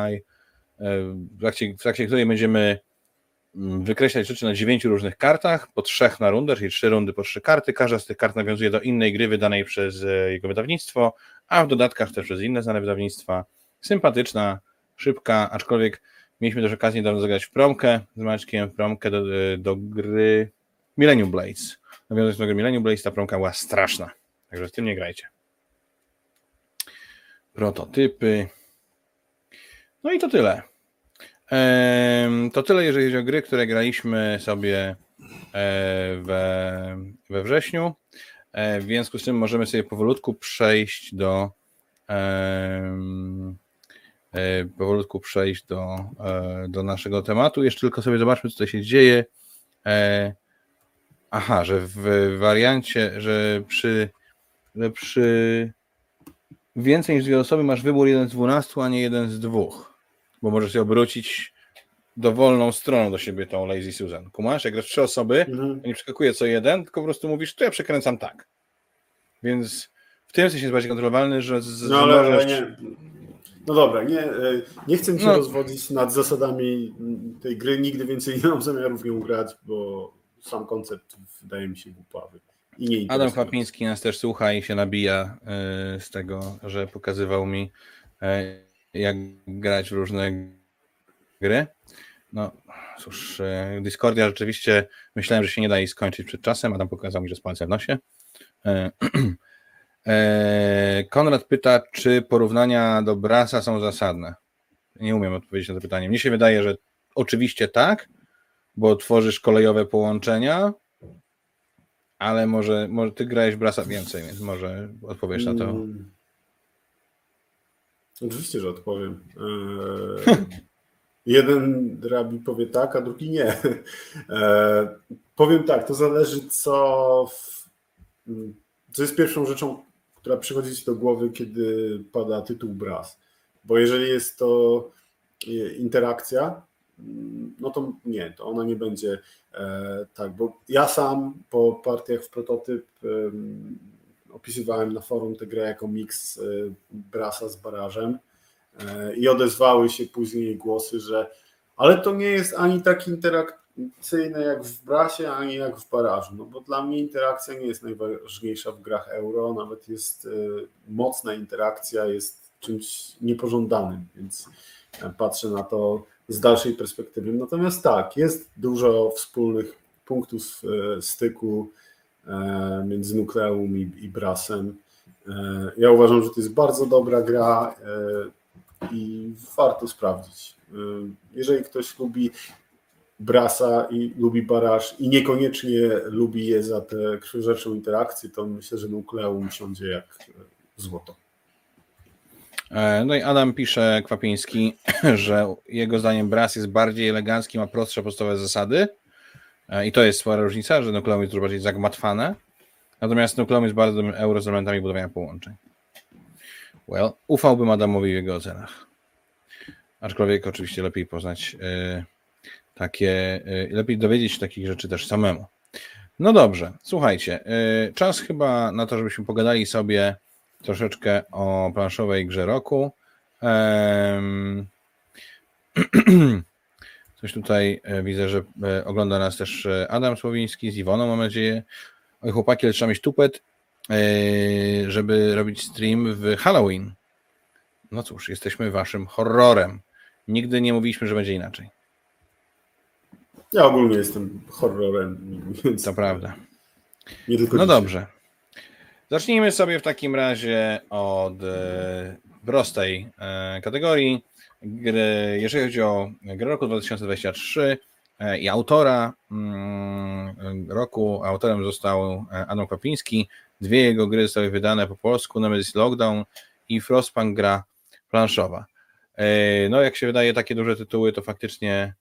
w trakcie której będziemy wykreślać rzeczy na 9 różnych kartach, po 3 na rundę, czyli 3 rundy po 3 karty. Każda z tych kart nawiązuje do innej gry wydanej przez jego wydawnictwo, a w dodatkach też przez inne znane wydawnictwa. Sympatyczna, szybka, aczkolwiek mieliśmy też okazję niedawno zagrać w promkę z Maćkiem, promkę do gry Millennium Blades. Nawiązując do gry Millennium Blades, ta promka była straszna, także z tym nie grajcie. Prototypy. No i to tyle. To tyle, jeżeli chodzi o gry, które graliśmy sobie we wrześniu. W związku z tym możemy sobie powolutku przejść do naszego tematu. Jeszcze tylko sobie zobaczmy, co tutaj się dzieje. Aha, że w wariancie, że przy więcej niż 2 osoby masz wybór 1 z 12, a nie 1 z 2. Bo możesz się obrócić dowolną stroną do siebie tą Lazy Susan. Kumasz? Jak grasz 3 osoby, to nie przeskakuje co 1, tylko po prostu mówisz, to ja przekręcam tak. Więc w tym sensie jest bardziej kontrolowalny, że ale nie. No dobra, nie chcę mi się rozwodzić nad zasadami tej gry. Nigdy więcej nie mam zamiaru w nią grać, bo sam koncept wydaje mi się głupawy. Adam Chwapiński nas też słucha i się nabija z tego, że pokazywał mi, jak grać w różne gry. No cóż, Discordia rzeczywiście myślałem, że się nie da jej skończyć przed czasem, Adam pokazał mi, że z palcem w nosie. Konrad pyta, czy porównania do Brasa są zasadne. Nie umiem odpowiedzieć na to pytanie. Mnie się wydaje, że oczywiście tak, bo tworzysz kolejowe połączenia, ale może ty grałeś Brasa więcej, więc może odpowiesz na to. Oczywiście, że odpowiem. Jeden rabi powie tak, a drugi nie. Powiem tak, to zależy co jest pierwszą rzeczą, która przychodzi ci do głowy, kiedy pada tytuł Bras. Bo jeżeli jest to interakcja, no to nie, to ona nie będzie tak, bo ja sam po partiach w prototyp opisywałem na forum tę grę jako miks Brasa z barażem i odezwały się później głosy, że ale to nie jest ani tak interakcyjne jak w Brasie, ani jak w barażu, no bo dla mnie interakcja nie jest najważniejsza w grach euro, nawet jest mocna interakcja, jest czymś niepożądanym, więc patrzę na to z dalszej perspektywy. Natomiast tak, jest dużo wspólnych punktów styku między Nukleum i Brasem. Ja uważam, że to jest bardzo dobra gra. i warto sprawdzić. Jeżeli ktoś lubi Brasa i lubi Baraż i niekoniecznie lubi je za tę krwiożerczą interakcję, to myślę, że Nukleum siądzie jak złoto. No i Adam pisze, Kwapiński, że jego zdaniem Brass jest bardziej elegancki, ma prostsze podstawowe zasady i to jest spora różnica, że Nukleum jest dużo bardziej zagmatwane, natomiast Nukleum jest bardzo dobrym euro z elementami budowania połączeń. Well, ufałbym Adamowi w jego ocenach. Aczkolwiek oczywiście lepiej poznać lepiej dowiedzieć się takich rzeczy też samemu. No dobrze, słuchajcie, czas chyba na to, żebyśmy pogadali sobie troszeczkę o planszowej grze roku. Coś tutaj widzę, że ogląda nas też Adam Słowiński z Iwoną, mam nadzieję. Oj chłopaki, ale trzeba mieć tupet, żeby robić stream w Halloween. No cóż, jesteśmy waszym horrorem. Nigdy nie mówiliśmy, że będzie inaczej. Ja ogólnie jestem horrorem. Więc to prawda. Nie tylko no dzisiaj. Dobrze. Zacznijmy sobie w takim razie od prostej kategorii. Jeżeli chodzi o grę roku 2023 i autora roku, autorem został Adam Kwapiński. 2 jego gry zostały wydane po polsku, Nemesis Lockdown i Frostpunk gra planszowa. No jak się wydaje, takie duże tytuły to faktycznie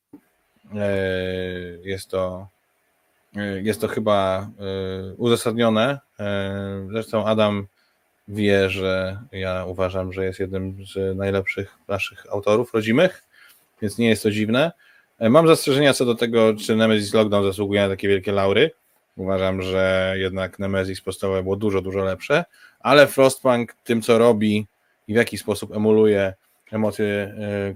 jest to chyba uzasadnione. Zresztą Adam wie, że ja uważam, że jest jednym z najlepszych naszych autorów rodzimych, więc nie jest to dziwne. Mam zastrzeżenia co do tego, czy Nemesis Lockdown zasługuje na takie wielkie laury. Uważam, że jednak Nemesis podstawowe było dużo, dużo lepsze, ale Frostpunk tym, co robi i w jaki sposób emuluje emocje,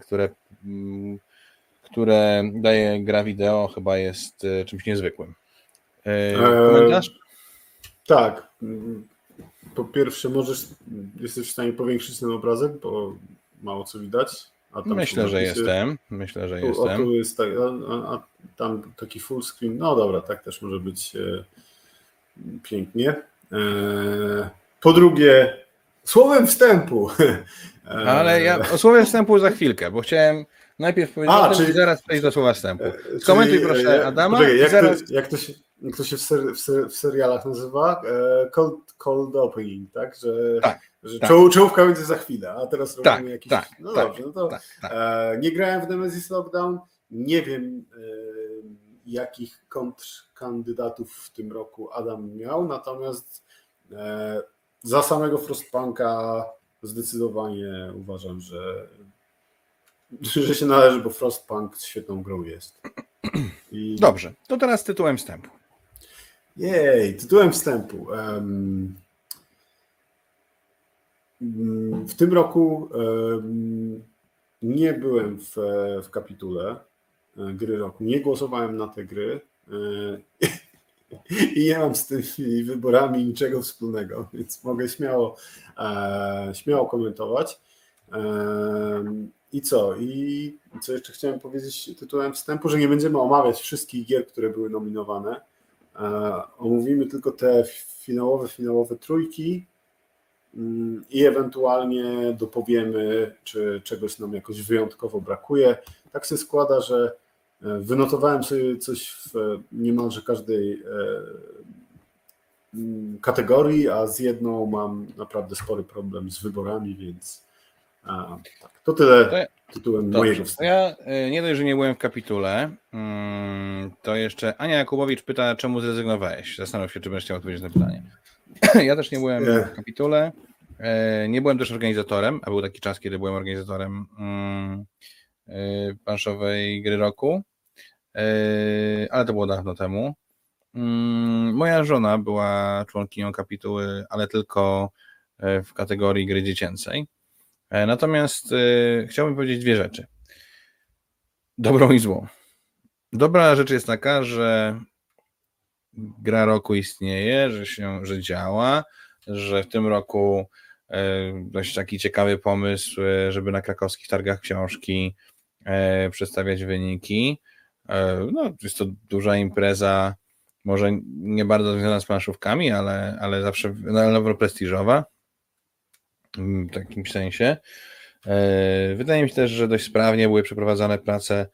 które daje gra wideo, chyba jest czymś niezwykłym. Komentarz? Tak. Po pierwsze, jesteś w stanie powiększyć ten obrazek, bo mało co widać. Myślę, że jestem. Tu jest tak, a tam taki full screen. No dobra, tak też może być pięknie. Po drugie, słowem wstępu. Ale ja o słowie wstępu za chwilkę, bo chciałem najpierw powiedzieć o tym i zaraz przejść do słowa wstępu. Skomentuj proszę Adama. Poczekaj, jak to się w serialach nazywa? Cold opening, tak? Że czołówka będzie za chwilę, a teraz robimy jakiś... Dobrze, no to nie grałem w Nemesis Lockdown, nie wiem jakich kontrkandydatów w tym roku Adam miał, natomiast za samego Frostpunka zdecydowanie uważam, że się należy, bo Frostpunk świetną grą jest. Dobrze, to teraz tytułem wstępu. Tytułem wstępu. W tym roku nie byłem w kapitule gry roku, nie głosowałem na te gry i nie mam z tymi wyborami niczego wspólnego, więc mogę śmiało komentować. I co jeszcze chciałem powiedzieć tytułem wstępu, że nie będziemy omawiać wszystkich gier, które były nominowane. Omówimy tylko te finałowe trójki i ewentualnie dopowiemy, czy czegoś nam jakoś wyjątkowo brakuje. Tak się składa, że wynotowałem sobie coś w niemalże każdej kategorii, a z jedną mam naprawdę spory problem z wyborami, więc tak, to tyle tytułem mojego wstępu. Ja nie dość, że nie byłem w kapitule, to jeszcze Ania Jakubowicz pyta, czemu zrezygnowałeś? Zastanów się, czy będziesz chciał odpowiedzieć na pytanie. Ja też nie byłem w kapitule, nie byłem też organizatorem, a był taki czas, kiedy byłem organizatorem planszowej gry roku, ale to było dawno temu. Moja żona była członkinią kapituły, ale tylko w kategorii gry dziecięcej. Natomiast chciałbym powiedzieć 2 rzeczy. Dobrą i złą. Dobra rzecz jest taka, że gra roku istnieje, że działa, że w tym roku dość taki ciekawy pomysł, żeby na krakowskich targach książki przedstawiać wyniki. No, jest to duża impreza, może nie bardzo związana z planszówkami, ale zawsze prestiżowa w takim sensie. Wydaje mi się też, że dość sprawnie były przeprowadzane prace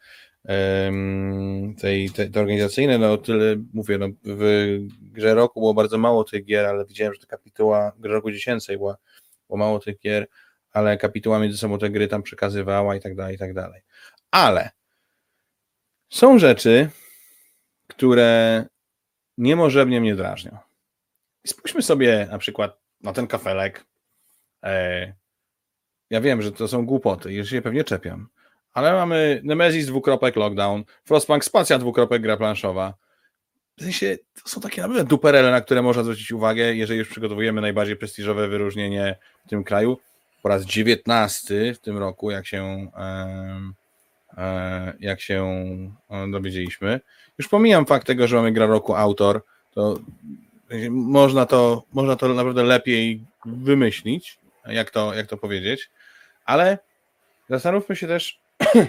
te organizacyjne. No tyle mówię, no, w grze roku było bardzo mało tych gier, ale widziałem, że ta kapituła grze roku dziecięcej było mało tych gier, ale kapituła między sobą te gry tam przekazywała i tak dalej, i tak dalej. Ale są rzeczy, które niemożebnie mnie drażnią. Spójrzmy sobie na przykład na ten kafelek. Ja wiem, że to są głupoty, już się pewnie czepiam, ale mamy Nemesis Lockdown, Frostpunk Spacja gra planszowa. W sensie, to są takie naprawdę duperele, na które można zwrócić uwagę, jeżeli już przygotowujemy najbardziej prestiżowe wyróżnienie w tym kraju. Po raz 19 w tym roku, jak się dowiedzieliśmy. Już pomijam fakt tego, że mamy gra roku autor, to można to naprawdę lepiej wymyślić, jak to powiedzieć, ale zastanówmy się też,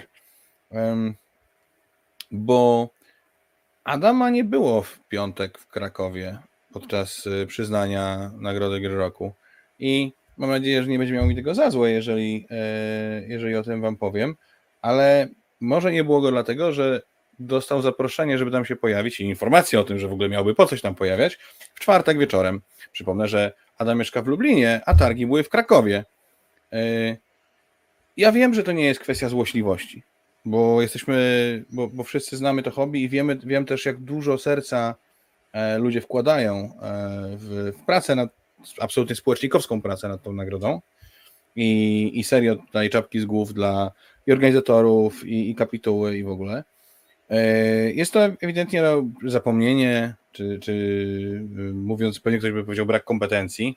bo Adama nie było w piątek w Krakowie podczas przyznania Nagrody Gry Roku i mam nadzieję, że nie będzie miał mi tego za złe, jeżeli o tym wam powiem, ale może nie było go dlatego, że dostał zaproszenie, żeby tam się pojawić i informację o tym, że w ogóle miałby po coś tam pojawiać w czwartek wieczorem. Przypomnę, że Adam mieszka w Lublinie, a targi były w Krakowie. Ja wiem, że to nie jest kwestia złośliwości, bo bo wszyscy znamy to hobby i wiem też, jak dużo serca ludzie wkładają w pracę, absolutnie społecznikowską pracę nad tą nagrodą i serio tutaj czapki z głów dla i organizatorów, i kapituły, i w ogóle. Jest to ewidentnie zapomnienie, czy mówiąc, pewnie ktoś by powiedział, brak kompetencji,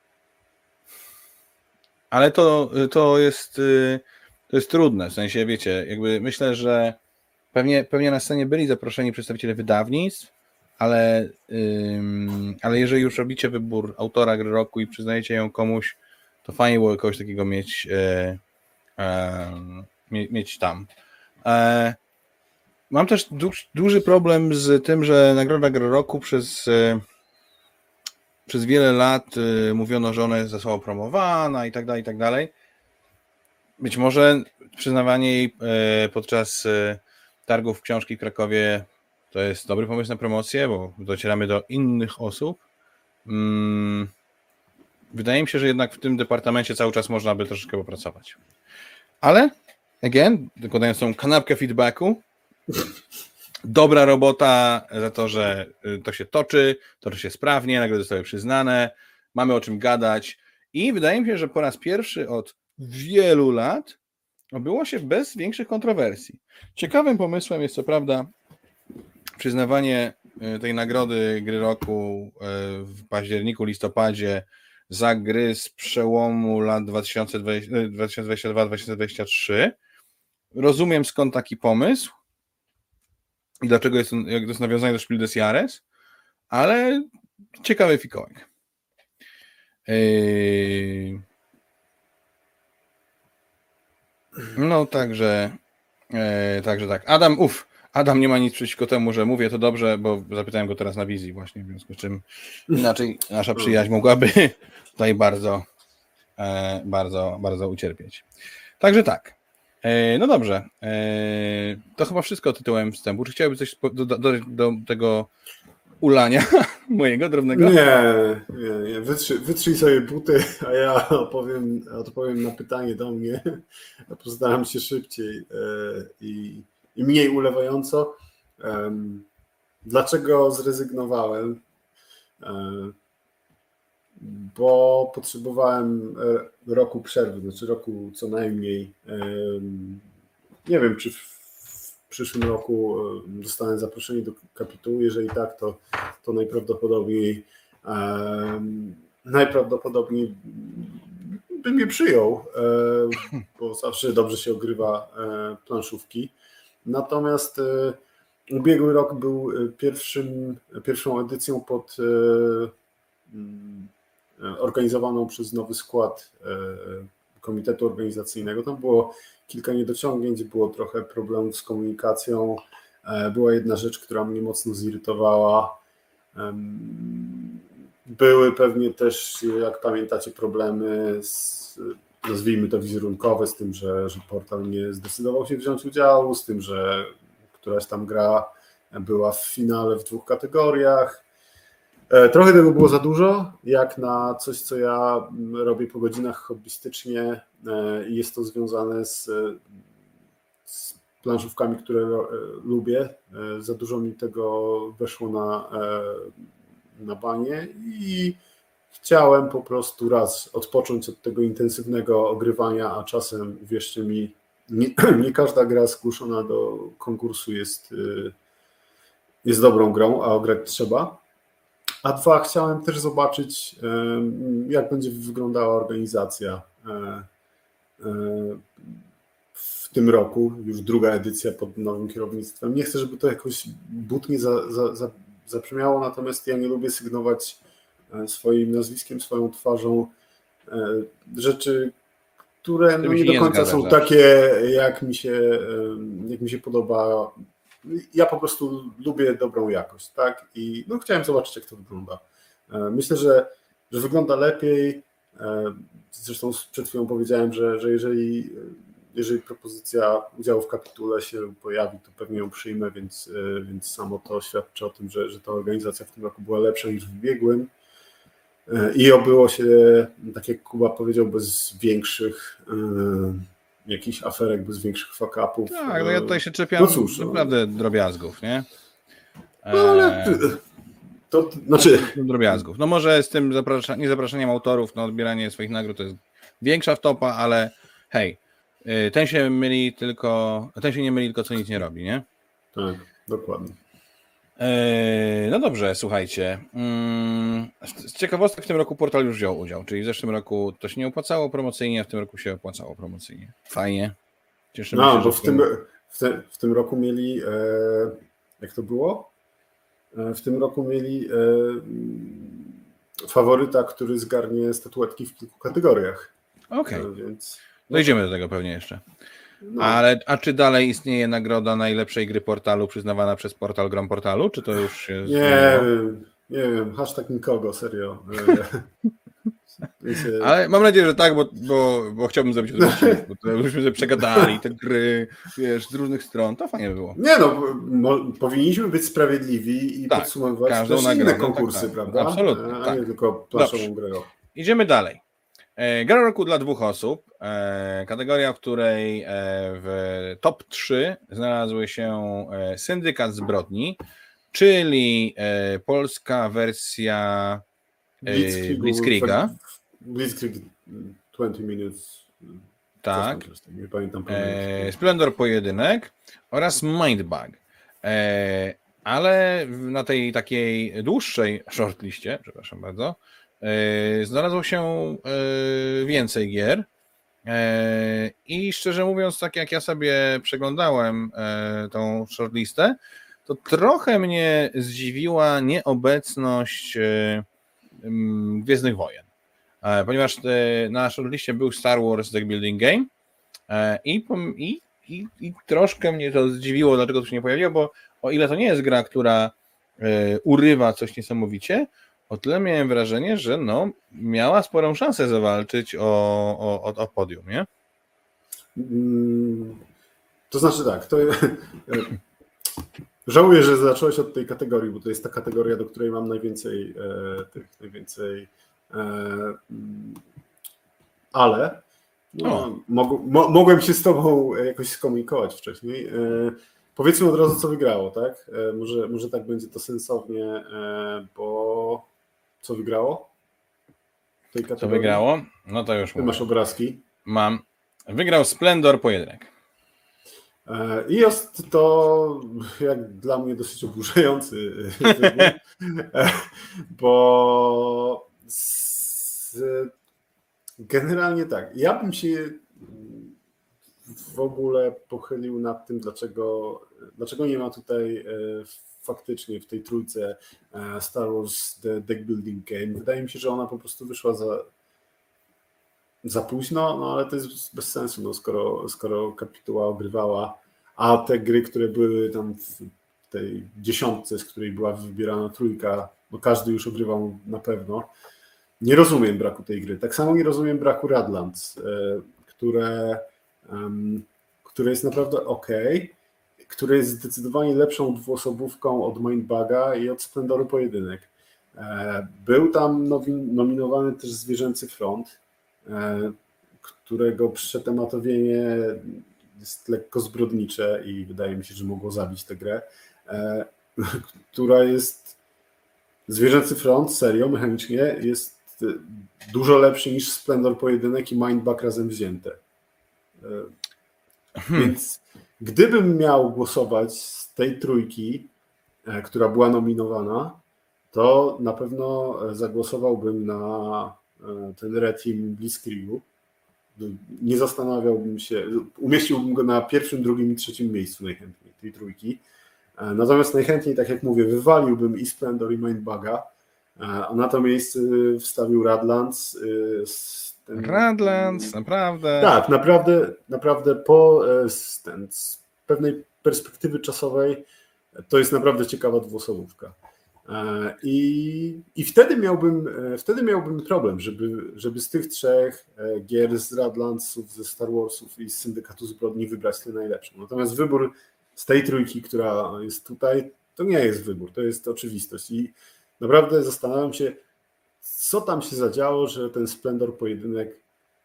ale to jest trudne, w sensie, wiecie, jakby myślę, że pewnie na scenie byli zaproszeni przedstawiciele wydawnictw, ale jeżeli już robicie wybór autora gry roku i przyznajecie ją komuś, to fajnie było kogoś takiego mieć tam. Mam też duży problem z tym, że Nagroda Gry Roku przez wiele lat mówiono, że ona jest za słabo promowana i tak dalej, i tak dalej. Być może przyznawanie jej podczas targów książki w Krakowie to jest dobry pomysł na promocję, bo docieramy do innych osób. Wydaje mi się, że jednak w tym departamencie cały czas można by troszeczkę popracować. Ale, again, dokładając tą kanapkę feedbacku, dobra robota za to, że to się toczy się sprawnie, nagrody zostały przyznane, mamy o czym gadać i wydaje mi się, że po raz pierwszy od wielu lat obyło się bez większych kontrowersji. Ciekawym pomysłem jest co prawda przyznawanie tej nagrody gry roku w październiku, listopadzie za gry z przełomu lat 2022-2023. Rozumiem, skąd taki pomysł i dlaczego jest to nawiązanie do Spiel des Jahres, ale ciekawy fikołek. No także tak. Adam nie ma nic przeciwko temu, że mówię to dobrze, bo zapytałem go teraz na wizji właśnie, w związku z czym inaczej nasza przyjaźń mogłaby tutaj bardzo ucierpieć. Także tak. No dobrze. To chyba wszystko tytułem wstępu. Czy chciałby coś dodać do tego ulania mojego drobnego? Nie. Wytrzyj sobie buty, a ja odpowiem na pytanie do mnie. Ja postaram się szybciej i mniej ulewająco. Dlaczego zrezygnowałem? Bo potrzebowałem roku przerwy, znaczy roku co najmniej. Nie wiem, czy w przyszłym roku dostanę zaproszenie do kapitułu. Jeżeli tak, to najprawdopodobniej bym je przyjął, bo zawsze dobrze się ogrywa planszówki. Natomiast ubiegły rok był pierwszą edycją organizowaną przez nowy skład komitetu organizacyjnego. Tam było kilka niedociągnięć, było trochę problemów z komunikacją. Była jedna rzecz, która mnie mocno zirytowała. Były pewnie też, jak pamiętacie, problemy nazwijmy to wizerunkowe, z tym, że portal nie zdecydował się wziąć udziału, z tym, że któraś tam gra była w finale w 2 kategoriach. Trochę tego było za dużo, jak na coś, co ja robię po godzinach hobbystycznie i jest to związane z planszówkami, które lubię. Za dużo mi tego weszło na banie i chciałem po prostu raz odpocząć od tego intensywnego ogrywania, a czasem, wierzcie mi, nie każda gra zgłoszona do konkursu jest dobrą grą, a ograć trzeba. A 2, chciałem też zobaczyć, jak będzie wyglądała organizacja w tym roku, już 2. edycja pod nowym kierownictwem. Nie chcę, żeby to jakoś butnie zabrzmiało, natomiast ja nie lubię sygnować swoim nazwiskiem, swoją twarzą rzeczy, które nie do końca są takie, jak mi się podoba. Ja po prostu lubię dobrą jakość, tak? I chciałem zobaczyć, jak to wygląda. Myślę, że wygląda lepiej. Zresztą przed chwilą powiedziałem, że jeżeli propozycja udziału w kapitule się pojawi, to pewnie ją przyjmę, więc samo to świadczy o tym, że ta organizacja w tym roku była lepsza niż w ubiegłym. I obyło się, tak jak Kuba powiedział, bez większych jakichś aferek, bez większych fuck-upów. Tak, ja tutaj się czepiam naprawdę drobiazgów, nie? Ale to znaczy... Drobiazgów. Może z tym niezapraszaniem autorów na odbieranie swoich nagród to jest większa wtopa, ale hej, ten się nie myli, tylko co nic nie robi, nie? Tak, dokładnie. No dobrze, słuchajcie. Z ciekawostek w tym roku portal już wziął udział, czyli w zeszłym roku to się nie opłacało promocyjnie, a w tym roku się opłacało promocyjnie. Fajnie. Cieszymy się, bo w tym roku mieli, jak to było? W tym roku mieli faworyta, który zgarnie statuetki w kilku kategoriach. Okej. Więc dojdziemy do tego pewnie jeszcze. A czy dalej istnieje nagroda najlepszej gry portalu przyznawana przez portal Grom Portalu? Czy to już się nie wiem, hashtag nikogo, serio. Ale mam nadzieję, że tak, bo chciałbym zrobić odcinek, bo byśmy sobie przegadali te gry, wiesz, z różnych stron, to fajnie by było. Nie powinniśmy być sprawiedliwi i podsumowywać też inne konkursy, prawda? Absolutnie, a nie tylko planszową grę. Idziemy dalej. Gra roku dla 2 osób, kategoria, w której w top 3 znalazły się Syndykat Zbrodni, czyli polska wersja Blitzkriega. Blitzkrieg 20 minutes. Tak. Nie pamiętam. Splendor Pojedynek oraz Mindbug. Ale na tej takiej dłuższej shortliście, przepraszam bardzo, znalazło się więcej gier i szczerze mówiąc, tak jak ja sobie przeglądałem tą shortlistę, to trochę mnie zdziwiła nieobecność Gwiezdnych Wojen, ponieważ na shortliście był Star Wars Deck Building Game i troszkę mnie to zdziwiło, dlaczego to się nie pojawiło, bo o ile to nie jest gra, która urywa coś niesamowicie, o tyle miałem wrażenie, że miała sporą szansę zawalczyć o podium, nie? To znaczy tak, żałuję, że zacząłeś od tej kategorii, bo to jest ta kategoria, do której mam najwięcej ale mogłem się z tobą jakoś skomunikować wcześniej. Powiedzmy od razu, co wygrało, tak? Może tak będzie to sensownie, bo co wygrało? W tej kategorii? Co wygrało? No to już Ty masz obrazki. Mam. Wygrał Splendor Pojedynek. I jest to jak dla mnie dosyć oburzający wybór, bo generalnie tak, ja bym się w ogóle pochylił nad tym, dlaczego nie ma tutaj faktycznie w tej trójce Star Wars The Deck Building Game. Wydaje mi się, że ona po prostu wyszła za późno, ale to jest bez sensu, skoro kapituła ogrywała, a te gry, które były tam w tej 10, z której była wybierana trójka, bo każdy już ogrywał na pewno, nie rozumiem braku tej gry. Tak samo nie rozumiem braku Radlands, które jest naprawdę ok, które jest zdecydowanie lepszą dwuosobówką od Mindbaga i od Splendoru Pojedynek. Był tam nominowany też Zwierzęcy Front, którego przetematowienie jest lekko zbrodnicze i wydaje mi się, że mogło zabić tę grę, która jest Zwierzęcy Front, serio, mechanicznie jest dużo lepszy niż Splendor Pojedynek i Mindbag razem wzięte. Więc gdybym miał głosować z tej trójki, która była nominowana, to na pewno zagłosowałbym na ten Reteam Blitzkriegu. Nie zastanawiałbym się, umieściłbym go na pierwszym, drugim i trzecim miejscu najchętniej, tej trójki. Natomiast najchętniej, tak jak mówię, wywaliłbym i Splendor i Mindbaga, a na to miejsce wstawił Radlands. Radlands, naprawdę. Tak, naprawdę z pewnej perspektywy czasowej to jest naprawdę ciekawa dwuosobówka. I wtedy miałbym problem, żeby z tych trzech gier, z Radlandsów, ze Star Warsów i z Syndykatu Zbrodni wybrać tę najlepszą. Natomiast wybór z tej trójki, która jest tutaj, to nie jest wybór, to jest oczywistość. I naprawdę zastanawiam się, co tam się zadziało, że ten Splendor Pojedynek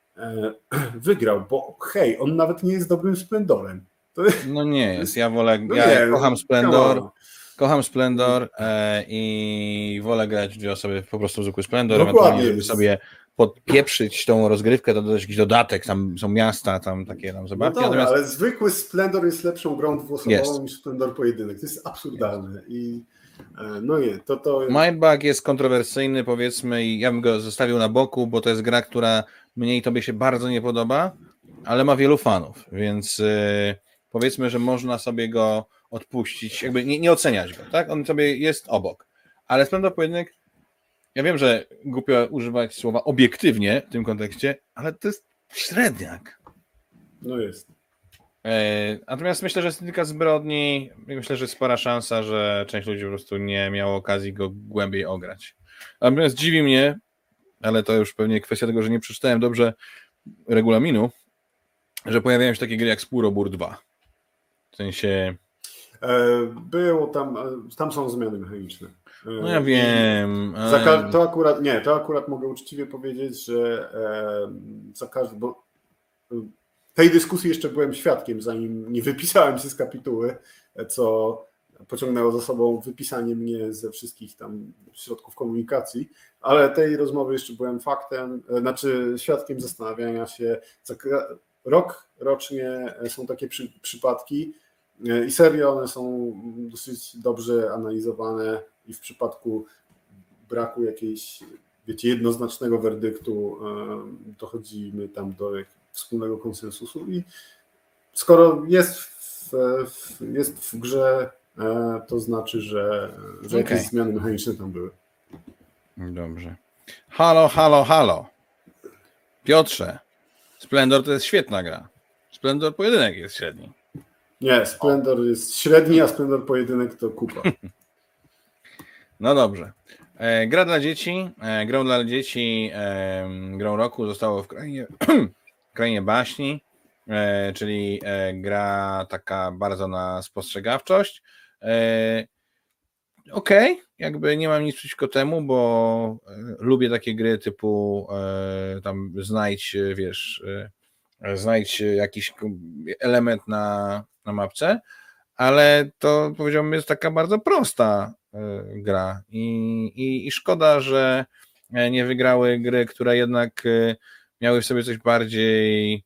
wygrał, bo hej, on nawet nie jest dobrym Splendorem. No nie jest, ja wolę, kocham Splendor i wolę grać w dwie osoby po prostu zwykły Splendor, ewentualnie żeby sobie podpieprzyć tą rozgrywkę, to dodać jakiś dodatek, tam są miasta, tam takie tam zabawki. No dobra, ale zwykły Splendor jest lepszą grą dwuosobową niż Splendor Pojedynek. To jest absurdalne. I no nie, to... Mindbag jest kontrowersyjny, powiedzmy, i ja bym go zostawił na boku, bo to jest gra, która mnie i tobie się bardzo nie podoba, ale ma wielu fanów, więc powiedzmy, że można sobie go odpuścić, jakby nie oceniać go, tak? On sobie jest obok. Ale Splendor Pojedynek, ja wiem, że głupio używać słowa obiektywnie w tym kontekście, ale to jest średniak. No jest. Natomiast myślę, że Syndykat Zbrodni, myślę, że jest spora szansa, że część ludzi po prostu nie miało okazji go głębiej ograć. Natomiast dziwi mnie, ale to już pewnie kwestia tego, że nie przeczytałem dobrze regulaminu, że pojawiają się takie gry jak Spurobór 2. W sensie... Było tam są zmiany mechaniczne. No ja wiem. To akurat mogę uczciwie powiedzieć, że bo tej dyskusji jeszcze byłem świadkiem, zanim nie wypisałem się z kapituły, co pociągnęło za sobą wypisanie mnie ze wszystkich tam środków komunikacji, ale tej rozmowy jeszcze byłem świadkiem zastanawiania się. Rocznie są takie przypadki i serio one są dosyć dobrze analizowane i w przypadku braku jakiejś, jednoznacznego werdyktu dochodzimy tam do wspólnego konsensusu i skoro jest w grze, to znaczy, że jakieś zmiany mechaniczne tam były. Dobrze. Halo. Piotrze, Splendor to jest świetna gra. Splendor Pojedynek jest średni. Nie, Splendor jest średni, a Splendor Pojedynek to kupa. No dobrze. Gra dla dzieci. Grą dla dzieci, grą roku zostało w Krainie Baśni, czyli gra taka bardzo na spostrzegawczość. Okej, jakby nie mam nic przeciwko temu, bo lubię takie gry typu tam znajdź jakiś element na mapce, ale to powiedziałbym jest taka bardzo prosta gra i szkoda, że nie wygrały gry, które jednak miały w sobie coś bardziej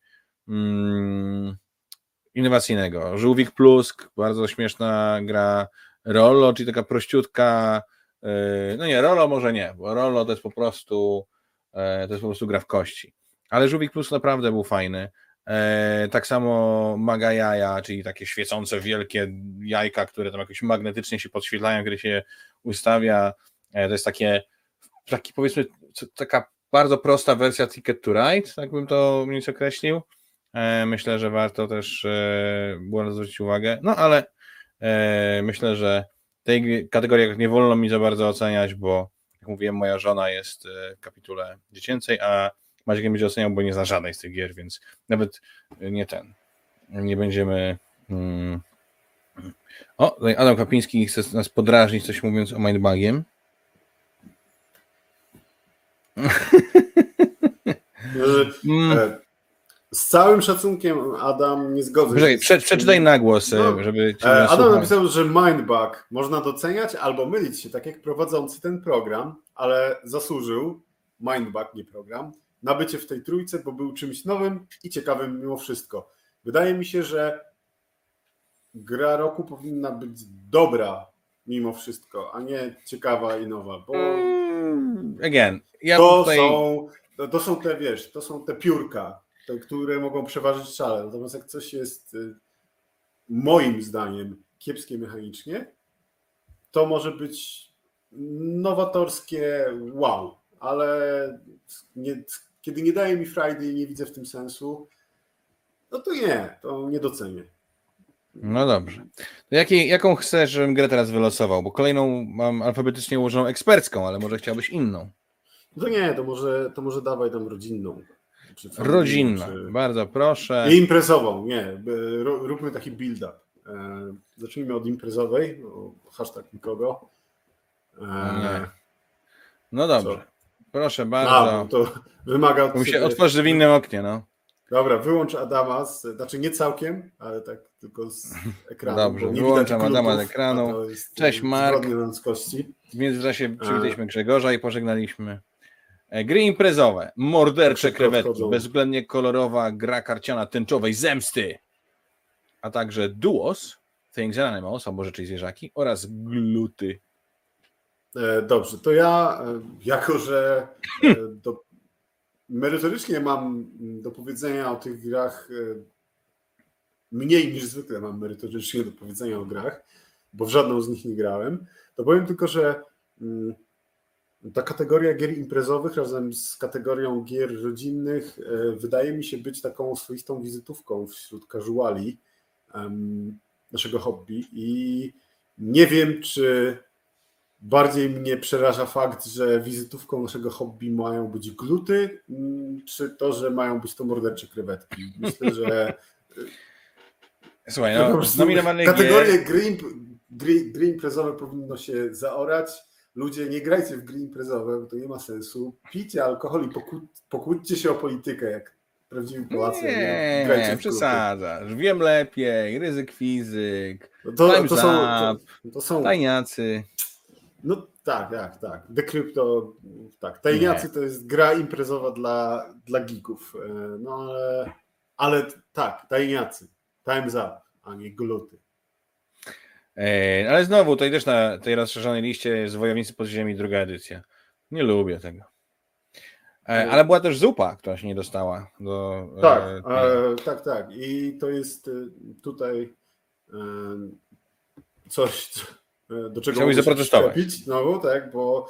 innowacyjnego. Żółwik Plusk, bardzo śmieszna gra. Rollo, czyli taka prościutka, no nie, Rollo może nie, bo Rollo to jest po prostu gra w kości. Ale Żółwik Plusk naprawdę był fajny. Tak samo Maga Jaja, czyli takie świecące wielkie jajka, które tam jakoś magnetycznie się podświetlają, kiedy się ustawia. To jest taki powiedzmy taka bardzo prosta wersja Ticket to Ride, tak bym to mniej więcej określił. Myślę, że warto też było na to zwrócić uwagę. No ale myślę, że tej kategorii nie wolno mi za bardzo oceniać, bo Jak mówiłem, moja żona jest w kapitule dziecięcej, a Maciek nie będzie oceniał, bo nie zna żadnej z tych gier, więc nawet nie będziemy... O, tutaj Adam Kapiński chce nas podrażnić, coś mówiąc o Mindbugiem. Z całym szacunkiem, Adam, nie zgodzę się. Przeczytaj na głos, żeby... Adam napisał, że Mindbug można doceniać albo mylić się, tak jak prowadzący ten program, ale zasłużył, Mindbug, nie program, na bycie w tej trójce, bo był czymś nowym i ciekawym mimo wszystko. Wydaje mi się, że gra roku powinna być dobra mimo wszystko, a nie ciekawa i nowa, bo to są te, wiesz, to są te piórka, te, które mogą przeważyć szale. Natomiast jak coś jest moim zdaniem kiepskie mechanicznie, to może być nowatorskie wow, ale kiedy nie daje mi frajdy i nie widzę w tym sensu, no to nie docenię. No dobrze. To jaką chcesz, żebym grę teraz wylosował? Bo kolejną mam alfabetycznie ułożoną ekspercką, ale może chciałbyś inną. No nie, to może dawaj tam rodzinną. Rodzinna, bardzo proszę. I imprezową, nie. Róbmy taki build-up. Zacznijmy od imprezowej. Hashtag nikogo. Nie. No dobrze. Co? Proszę bardzo. To wymaga od się otworzy w innym oknie, no. Dobra, wyłącz Adama, znaczy nie całkiem, ale tak tylko z ekranu. Dobrze, wyłączam Adama z ekranu. Cześć Mark. W międzyczasie przywitaliśmy Grzegorza i pożegnaliśmy. Gry imprezowe, mordercze krewetki, bezwzględnie kolorowa gra karciana tęczowej zemsty, a także Duos, Things and Animals, albo Rzeczy i Zwierzaki oraz Gluty. Dobrze, to ja, jako że merytorycznie mam do powiedzenia o tych grach mniej niż zwykle mam merytorycznie do powiedzenia o grach, bo w żadną z nich nie grałem, to powiem tylko, że ta kategoria gier imprezowych razem z kategorią gier rodzinnych wydaje mi się być taką swoistą wizytówką wśród casuali naszego hobby i nie wiem, czy bardziej mnie przeraża fakt, że wizytówką naszego hobby mają być gluty, czy to, że mają być to mordercze krewetki. Myślę, że słuchaj, nominowane kategorie gry imprezowe powinno się zaorać. Ludzie, nie grajcie w gry imprezowe, bo to nie ma sensu. Pijcie alkohol i pokłóćcie się o politykę, jak prawdziwi Polacy. Nie grajcie w przesadzasz. Wiem lepiej. Ryzyk fizyk. To są tajniacy. No tak. The Crypto, tak. Tajniacy to jest gra imprezowa dla geeków. No ale tak, tajniacy. Time's up, a nie gluty. Ale znowu, tutaj też na tej rozszerzonej liście jest Wojownicy Podziemi, druga edycja. Nie lubię tego. Ale była też zupa, która się nie dostała. Tak. I to jest tutaj coś, do czego chciałbyś zaprotestować. Znowu, tak, bo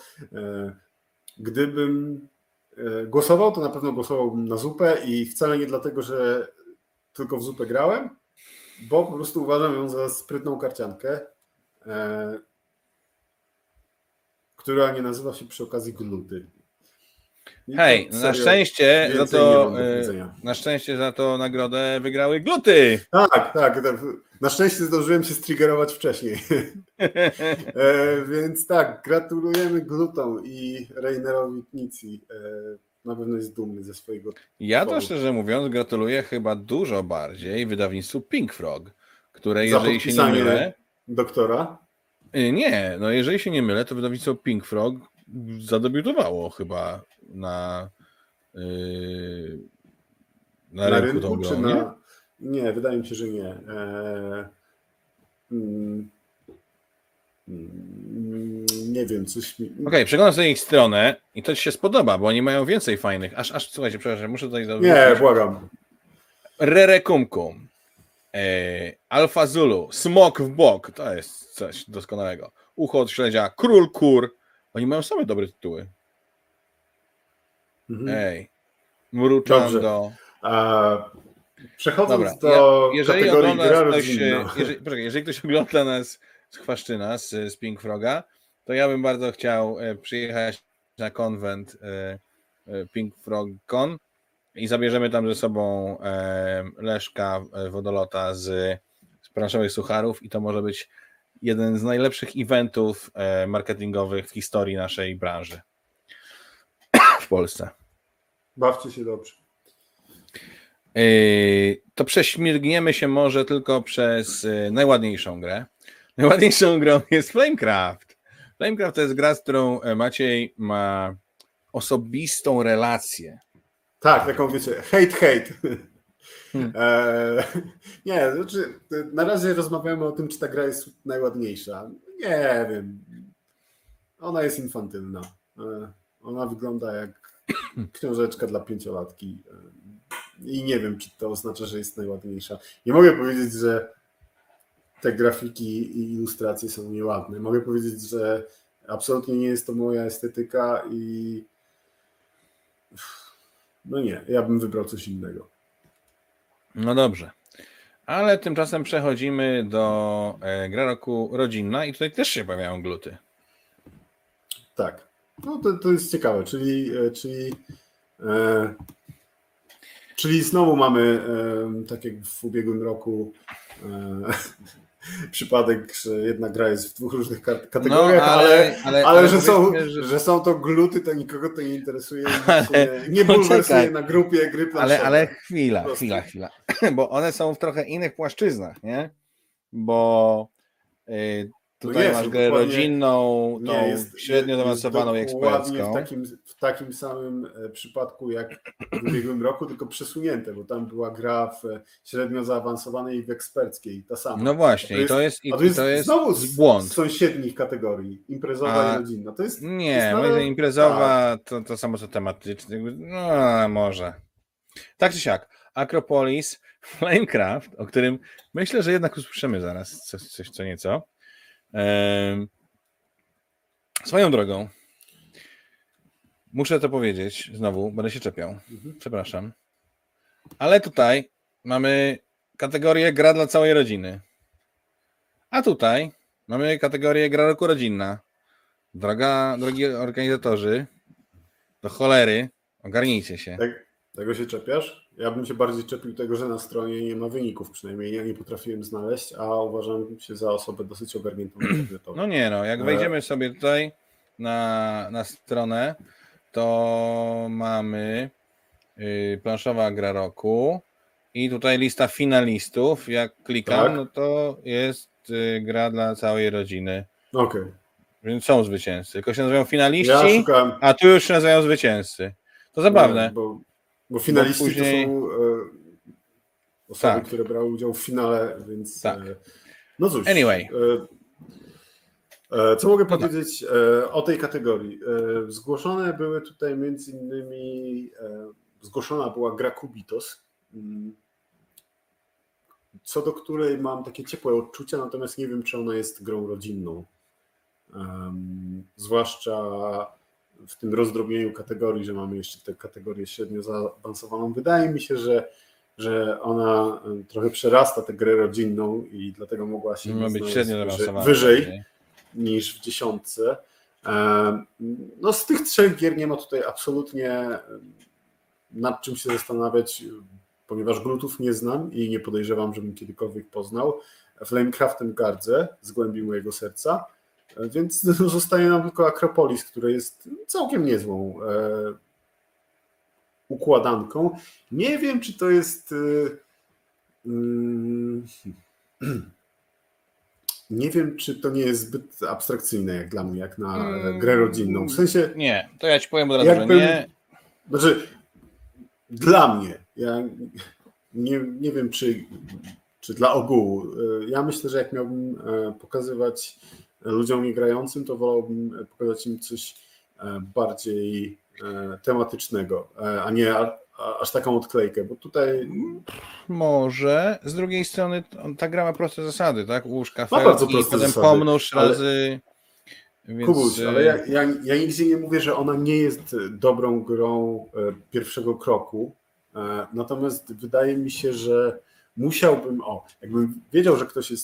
gdybym głosował, to na pewno głosowałbym na zupę i wcale nie dlatego, że tylko w zupę grałem, bo po prostu uważam ją za sprytną karciankę, która nie nazywa się przy okazji gluty. Hej, na szczęście za to nagrodę wygrały gluty. Tak. Na szczęście zdążyłem się striggerować wcześniej. Więc tak, gratulujemy glutom i Reinerowi Knici. Na pewno jest dumny ze swojego Ja to szczerze mówiąc gratuluję chyba dużo bardziej wydawnictwu Pink Frog, które jeżeli się nie mylę... doktora? Nie, no jeżeli się nie mylę, to wydawnictwo Pink Frog zadebiutowało chyba na rynku tą grą, nie? Nie, wydaje mi się, że nie. Nie wiem, coś mi... Okej, przeglądam sobie ich stronę i to ci się spodoba, bo oni mają więcej fajnych. Słuchajcie, przepraszam, muszę tutaj zrobić. Nie, błagam. Rere Kum Kum, Alfa Zulu, Smok w bok, to jest coś doskonałego. Ucho od śledzia, Król Kur. Oni mają same dobre tytuły. Mruczando. Przechodząc do kategorii gra jeżeli ktoś ogląda nas z Chwaszczyna, z Pink Froga, to ja bym bardzo chciał przyjechać na konwent Pink Frog Con i zabierzemy tam ze sobą Leszka Wodolota z Planszowych Sucharów i to może być jeden z najlepszych eventów marketingowych w historii naszej branży w Polsce. Bawcie się dobrze. To prześmiergniemy się może tylko przez najładniejszą grę. Najładniejszą grą jest Flamecraft. Flamecraft to jest gra, z którą Maciej ma osobistą relację. Tak, taką wiecie, hate. Nie, znaczy na razie rozmawiamy o tym, czy ta gra jest najładniejsza. Nie wiem. Ona jest infantylna. Ona wygląda jak książeczka dla 5-latki. I nie wiem, czy to oznacza, że jest najładniejsza. Nie mogę powiedzieć, że te grafiki i ilustracje są nieładne. Mogę powiedzieć, że absolutnie nie jest to moja estetyka i no nie, ja bym wybrał coś innego. No dobrze. Ale tymczasem przechodzimy do gra roku rodzinna i tutaj też się pojawiają gluty. Tak. No to jest ciekawe, czyli znowu mamy, tak jak w ubiegłym roku, przypadek, że jedna gra jest w dwóch różnych kategoriach, ale że są to gluty, to nikogo to nie interesuje. Nie bulwersuje na grupie gry planszowe. Ale chwila, bo one są w trochę innych płaszczyznach, nie? Bo tutaj masz grę rodzinną, tą średnio zaawansowaną i ekspercką. W takim samym przypadku jak w ubiegłym roku, tylko przesunięte, bo tam była gra w średnio zaawansowanej i w eksperckiej, ta sama. No właśnie, to jest znowu błąd. Z sąsiednich kategorii, imprezowa i rodzinna. Moim zdaniem imprezowa to samo co tematyczne. No może. Tak czy siak, Acropolis, Flamecraft, o którym myślę, że jednak usłyszymy zaraz coś co nieco. Swoją drogą muszę to powiedzieć znowu, będę się czepiał, przepraszam, ale tutaj mamy kategorię gra dla całej rodziny, a tutaj mamy kategorię gra roku rodzinna. Drogi organizatorzy, do cholery, ogarnijcie się. Tego się czepiasz? Ja bym się bardziej czepił tego, że na stronie nie ma wyników, przynajmniej ja nie potrafiłem znaleźć, a uważam się za osobę dosyć ogarniętą. No nie, jak wejdziemy sobie tutaj na stronę, to mamy planszowa gra roku i tutaj lista finalistów. Jak klikam, tak? No to jest gra dla całej rodziny. Okej. Więc są zwycięzcy. Tylko się nazywają finaliści, a tu już się nazywają zwycięzcy. To zabawne. Bo finaliści później... to są osoby, które brały udział w finale, więc no cóż. Anyway. Co mogę powiedzieć o tej kategorii? Zgłoszone były tutaj między innymi, zgłoszona była gra Kubitos, co do której mam takie ciepłe odczucia, natomiast nie wiem, czy ona jest grą rodzinną. Zwłaszcza w tym rozdrobnieniu kategorii, że mamy jeszcze tę kategorię średnio zaawansowaną. Wydaje mi się, że ona trochę przerasta tę grę rodzinną i dlatego mogła się być średnio zaawansowana wyżej niż w 10. No z tych 3 gier nie ma tutaj absolutnie nad czym się zastanawiać, ponieważ glutów nie znam i nie podejrzewam, żebym kiedykolwiek poznał. Flamecraftem gardzę z głębi mojego serca, więc zostaje nam tylko Acropolis, który jest całkiem niezłą układanką. Nie wiem, czy to jest nie wiem, czy to nie jest zbyt abstrakcyjne jak dla mnie, jak na grę rodzinną. W sensie... Nie, to ja ci powiem od razu, że nie. Znaczy, dla mnie, ja nie wiem, czy dla ogółu. Ja myślę, że jak miałbym pokazywać ludziom niegrającym, to wolałbym pokazać im coś bardziej tematycznego, a nie aż taką odklejkę, bo tutaj... Może, z drugiej strony ta gra ma proste zasady, tak? Łóż kafelki, bardzo proste potem zasady, pomnóż razy... Więc... Kubuś, ale ja nigdzie nie mówię, że ona nie jest dobrą grą pierwszego kroku, natomiast wydaje mi się, że musiałbym, jakbym wiedział, że ktoś jest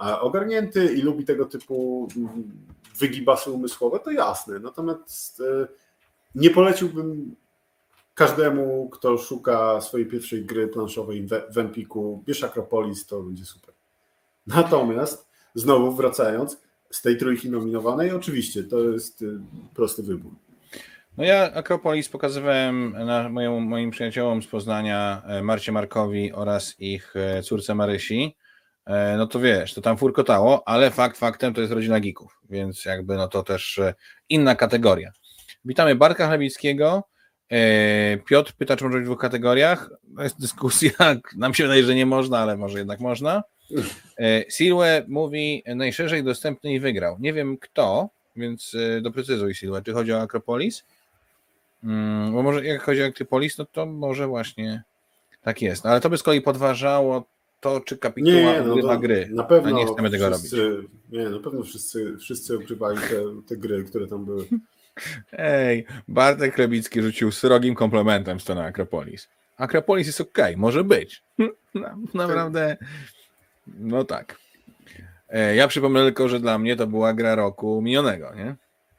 ogarnięty i lubi tego typu wygibasy umysłowe, to jasne. Natomiast nie poleciłbym każdemu, kto szuka swojej pierwszej gry planszowej w Empiku, bierz Akropolis, to będzie super. Natomiast znowu wracając, z tej trójki nominowanej, oczywiście to jest prosty wybór. No ja Akropolis pokazywałem moim przyjaciołom z Poznania, Marcie Markowi oraz ich córce Marysi. No to wiesz, to tam furkotało, ale faktem to jest rodzina geeków, więc jakby no to też inna kategoria. Witamy Bartka Chlebickiego. Piotr pyta, czy może być w 2 kategoriach. To jest dyskusja, nam się wydaje, że nie można, ale może jednak można. Silwe mówi najszerzej dostępny i wygrał. Nie wiem kto, więc doprecyzuj Silwe, czy chodzi o Akropolis? Bo może jak chodzi o Akropolis, no to może właśnie tak jest. No, ale to by z kolei podważało to, czy kapituła ogrywa gry, na pewno a nie chcemy tego robić. Nie, na pewno wszyscy ogrywali te gry, które tam były. Ej, Bartek Chlebicki rzucił srogim komplementem w stronę Akropolis. Akropolis jest okej, może być. Naprawdę, no tak. Ja przypomnę tylko, że dla mnie to była gra roku minionego, nie?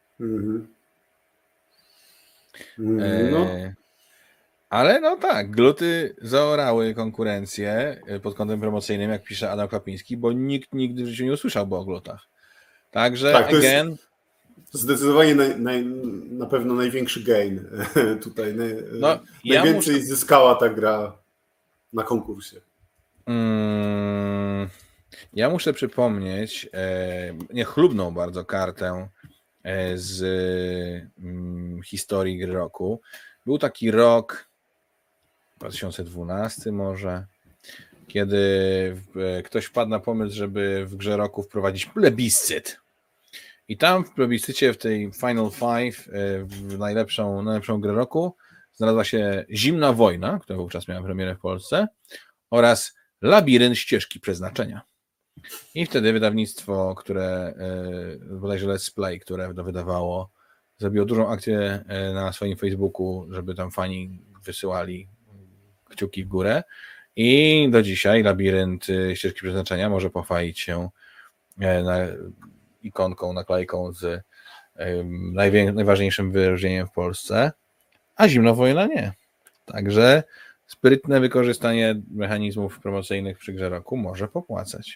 No. Ale no tak, gluty zaorały konkurencję pod kątem promocyjnym, jak pisze Adam Klapiński, bo nikt nigdy w życiu nie usłyszałby o glutach. Także tak, to again... jest zdecydowanie na pewno największy gain tutaj. Najwięcej zyskała ta gra na konkursie. Ja muszę przypomnieć niechlubną bardzo kartę z historii gry roku. Był taki rok 2012 może, kiedy ktoś wpadł na pomysł, żeby w grze roku wprowadzić plebiscyt. I tam w plebiscycie, w tej Final Five, w najlepszą grę roku znalazła się Zimna Wojna, która wówczas miała premierę w Polsce, oraz Labirynt Ścieżki Przeznaczenia. I wtedy wydawnictwo, które bodajże Let's Play, które to wydawało, zrobiło dużą akcję na swoim Facebooku, żeby tam fani wysyłali kciuki w górę. I do dzisiaj Labirynt Ścieżki Przeznaczenia może pochwalić się ikonką, naklejką z najważniejszym wyróżnieniem w Polsce, a Zimna Wojna nie. Także sprytne wykorzystanie mechanizmów promocyjnych przy grze roku może popłacać.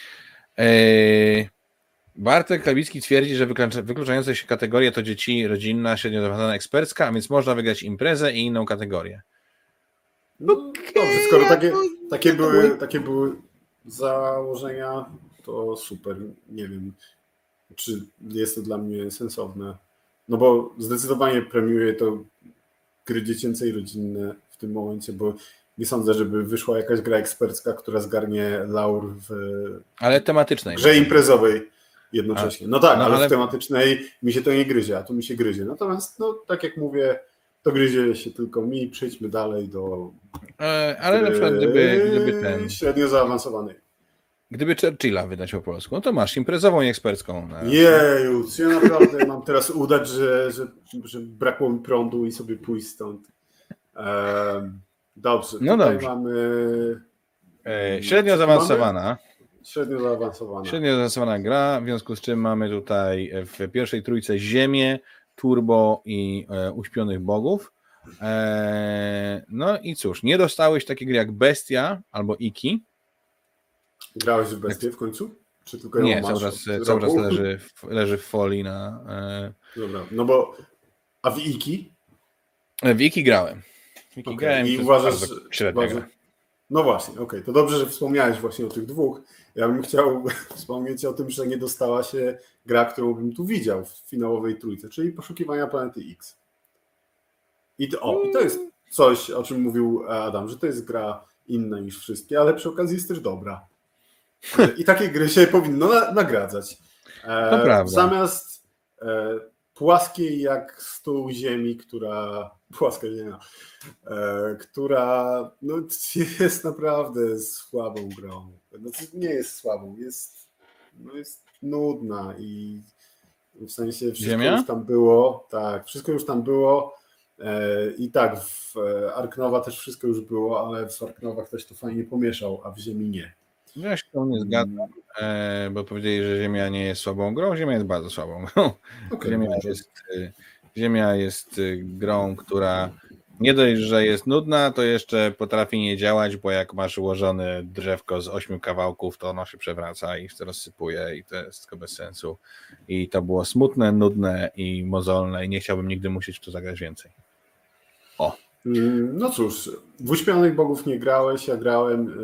Bartek Chlebicki twierdzi, że wykluczające się kategorie to dzieci rodzinna, średnio zaawansowana ekspercka, a więc można wygrać imprezę i inną kategorię. Dobrze, skoro takie były założenia, to super. Nie wiem, czy jest to dla mnie sensowne. No bo zdecydowanie premiuje to gry dziecięce i rodzinne w tym momencie, bo nie sądzę, żeby wyszła jakaś gra ekspercka, która zgarnie laur ale tematycznej. Grze imprezowej jednocześnie. No tak, ale w tematycznej mi się to nie gryzie, a tu mi się gryzie. Natomiast, no tak jak mówię, to gryzie się tylko mi, przejdźmy dalej do ale na przykład gdyby ten średnio zaawansowanej. Gdyby Churchilla wydać po polsku, no to masz imprezową i ekspercką. Jeju, ja naprawdę mam teraz udać, że brakło mi prądu i sobie pójść stąd. Dobrze, no tutaj dobrze. mamy średnio zaawansowana. Średnio zaawansowana gra, w związku z czym mamy tutaj w pierwszej trójce Ziemię, Turbo i Uśpionych Bogów. No i cóż, nie dostałeś takiej gry jak Bestia albo Iki. Grałeś w Bestię w końcu? Czy tylko nie, cały czas leży w folii na... Dobra, no bo... A w Iki? W Iki grałem. I uważasz, no właśnie, okej. To dobrze, że wspomniałeś właśnie o tych dwóch. Ja bym chciał wspomnieć o tym, że nie dostała się gra, którą bym tu widział w finałowej trójce, czyli Poszukiwania Planety X. I to jest coś, o czym mówił Adam, że to jest gra inna niż wszystkie, ale przy okazji jest też dobra. I takie gry się powinno nagradzać. To prawda. Zamiast płaskiej jak stół ziemi, która no, jest naprawdę słabą grą. No, nie jest słabą, jest nudna i w sensie wszystko już tam było. Tak, wszystko już tam było. I tak, w Ark Nova też wszystko już było, ale w Ark Nova ktoś to fajnie pomieszał, a w Ziemi nie. Ja się tą nie zgadzam, bo powiedzieli, że Ziemia nie jest słabą grą. Ziemia jest bardzo słabą grą. Okay, Ziemia jest grą, która nie dość, że jest nudna, to jeszcze potrafi nie działać, bo jak masz ułożone drzewko z 8 kawałków, to ono się przewraca i się rozsypuje i to jest tylko bez sensu. I to było smutne, nudne i mozolne i nie chciałbym nigdy musieć w to zagrać więcej. O. No cóż, w Uśpionych Bogów nie grałeś, ja grałem.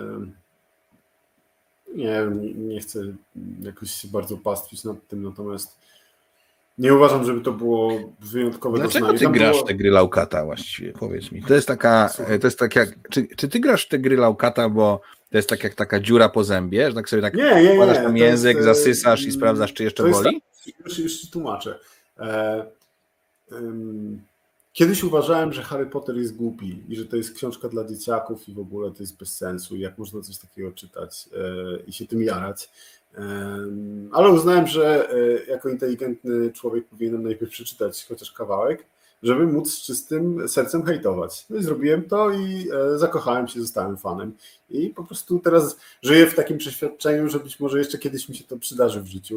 Nie chcę jakoś się bardzo pastwić nad tym, natomiast nie uważam, żeby to było wyjątkowe doznanie. Dlaczego ty grasz w te gry Laukata właściwie? Powiedz mi. To jest tak jak, czy ty grasz w te gry Laukata, bo to jest tak jak taka dziura po zębie, że tak sobie tak wkładasz tam język, zasysasz i sprawdzasz, czy jeszcze boli? Już ci tłumaczę. Kiedyś uważałem, że Harry Potter jest głupi i że to jest książka dla dzieciaków i w ogóle to jest bez sensu i jak można coś takiego czytać i się tym jarać. Ale uznałem, że jako inteligentny człowiek powinienem najpierw przeczytać chociaż kawałek, żeby móc z czystym sercem hejtować. No i zrobiłem to i zakochałem się, zostałem fanem. I po prostu teraz żyję w takim przeświadczeniu, że być może jeszcze kiedyś mi się to przydarzy w życiu.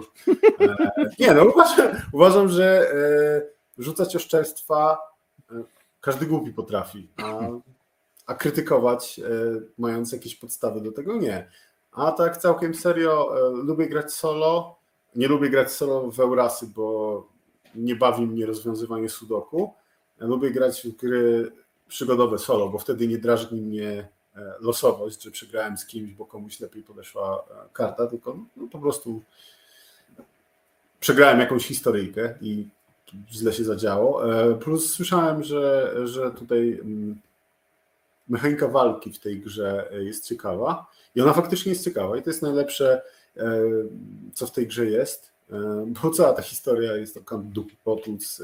Uważam, że rzucać oszczerstwa każdy głupi potrafi, a krytykować, mając jakieś podstawy do tego, nie. A tak całkiem serio, lubię grać solo. Nie lubię grać solo w Eurasy, bo nie bawi mnie rozwiązywanie sudoku. Lubię grać w gry przygodowe solo, bo wtedy nie drażni mnie losowość, że przegrałem z kimś, bo komuś lepiej podeszła karta, tylko po prostu przegrałem jakąś historyjkę i źle się zadziało. Plus słyszałem, że tutaj mechanika walki w tej grze jest ciekawa i ona faktycznie jest ciekawa i to jest najlepsze, co w tej grze jest, bo cała ta historia jest taka dupy potłuc,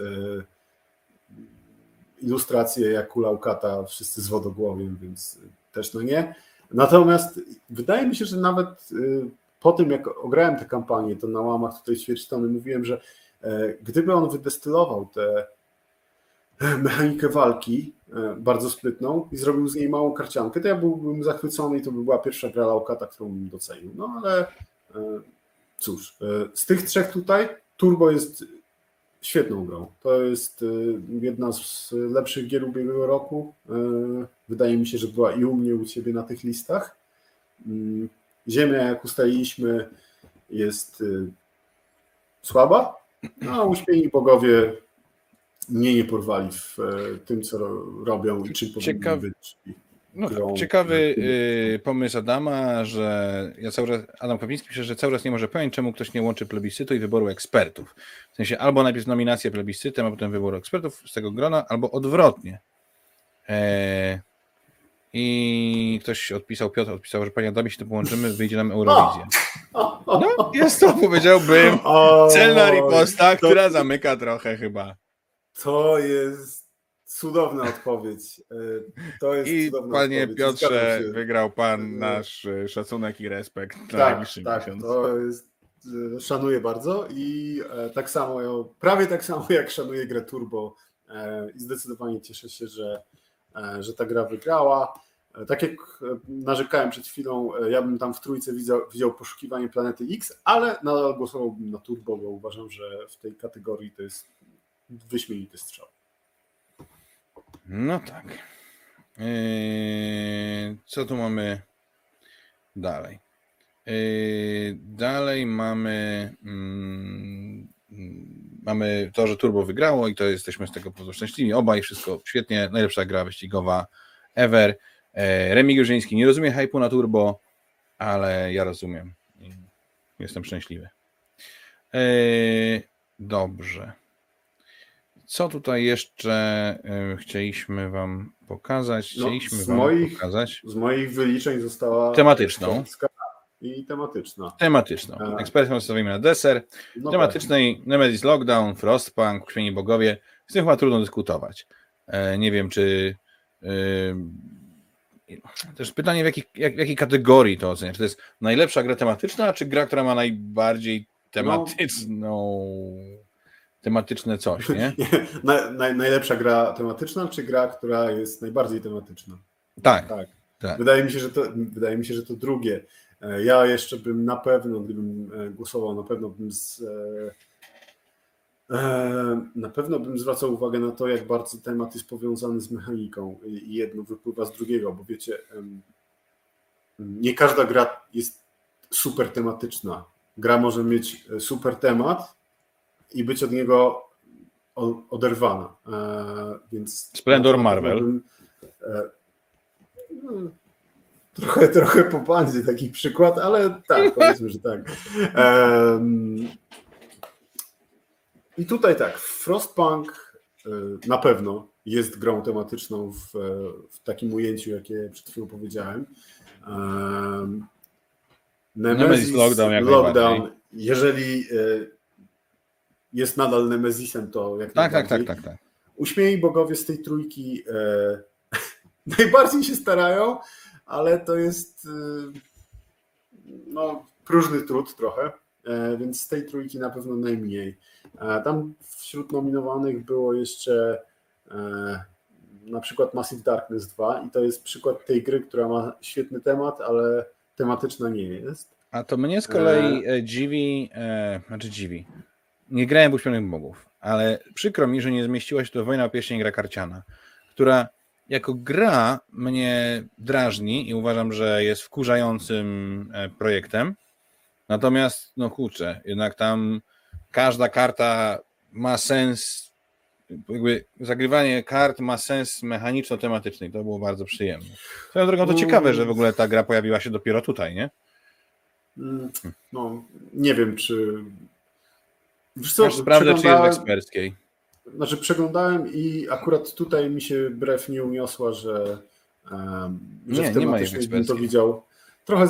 ilustracje jak u Laukata, wszyscy z wodogłowiem, więc też no nie. Natomiast wydaje mi się, że nawet po tym, jak ograłem tę kampanię, to na łamach tutaj ćwierćtony mówiłem, że gdyby on wydestylował tę mechanikę walki bardzo sprytną i zrobił z niej małą karciankę, to ja byłbym zachwycony i to by była pierwsza gra Laukata, którą bym docenił. No ale cóż, z tych trzech tutaj Turbo jest świetną grą. To jest jedna z lepszych gier ubiegłego roku. Wydaje mi się, że była i u mnie, u ciebie na tych listach. Ziemia, jak ustaliliśmy, jest słaba, a Uśpieni Bogowie mnie nie porwali w tym, co robią i czym powinni być. Ciekawy pomysł Adama, że Adam Kawiński pisze, że cały czas nie może powiedzieć, czemu ktoś nie łączy plebiscytu i wyboru ekspertów. W sensie albo najpierw nominację plebiscytem, a potem wyboru ekspertów z tego grona, albo odwrotnie. I ktoś Piotr odpisał, że panie Adamie, się to połączymy, wyjdzie nam Eurowizja. No, jest to, powiedziałbym, celna riposta, która zamyka trochę chyba. To jest cudowna odpowiedź. I panie odpowiedź. Piotrze, wygrał pan nasz szacunek i respekt na najbliższy miesiąc. To jest, szanuję bardzo i prawie tak samo jak szanuję grę Turbo i zdecydowanie cieszę się, że ta gra wygrała. Tak jak narzekałem przed chwilą, ja bym tam w trójce widział poszukiwanie Planety X, ale nadal głosowałbym na Turbo, bo uważam, że w tej kategorii to jest wyśmienity strzał. No tak. Co tu mamy dalej? Dalej mamy to, że Turbo wygrało i to jesteśmy z tego powodu szczęśliwi. Obaj, wszystko świetnie. Najlepsza gra wyścigowa ever. Remigiusz Żyński nie rozumie hype'u na Turbo, ale ja rozumiem. Jestem szczęśliwy. Dobrze. Co tutaj jeszcze chcieliśmy wam pokazać? Z moich wyliczeń została tematyczną. I tematyczna. Ekspertów zostawimy na deser. Tematycznej Nemesis Lockdown, Frostpunk, Uśpieni Bogowie. Z tym chyba trudno dyskutować. Nie wiem, czy też pytanie, w jakiej kategorii to oceniać? Czy to jest najlepsza gra tematyczna, czy gra, która ma najbardziej tematyczne coś, nie? Najlepsza gra tematyczna, czy gra, która jest najbardziej tematyczna? Tak. Wydaje mi się, że to drugie. Ja jeszcze bym na pewno, gdybym głosował, na pewno bym zwracał uwagę na to, jak bardzo temat jest powiązany z mechaniką i jedno wypływa z drugiego, bo wiecie, nie każda gra jest super tematyczna. Gra może mieć super temat i być od niego oderwana. Więc Splendor Marvel. Trochę po bandzie taki przykład, ale tak, powiedzmy, że tak. I tutaj tak, Frostpunk na pewno jest grą tematyczną w takim ujęciu, jakie przed chwilą powiedziałem. Nemesis Lockdown, jeżeli jest nadal Nemesisem, to jak najbardziej. Tak. Uśmieni bogowie z tej trójki najbardziej się starają, ale to jest próżny trud trochę, więc z tej trójki na pewno najmniej. Tam wśród nominowanych było jeszcze na przykład Massive Darkness 2 i to jest przykład tej gry, która ma świetny temat, ale tematyczna nie jest. A to mnie z kolei dziwi, nie grałem w Uśpionych Bogów, ale przykro mi, że nie zmieściła się to Wojna o Pierścień, gra karciana, która jako gra mnie drażni i uważam, że jest wkurzającym projektem. Natomiast, jednak tam każda karta ma sens, jakby zagrywanie kart ma sens mechaniczno-tematyczny. To było bardzo przyjemne. Swoją drogą to ciekawe, że w ogóle ta gra pojawiła się dopiero tutaj, nie? Nie wiem, czy... Sprawdzę, czy jest w eksperckiej. Znaczy przeglądałem i akurat tutaj mi się brew nie uniosła, że w tematycznej bym to widział. Trochę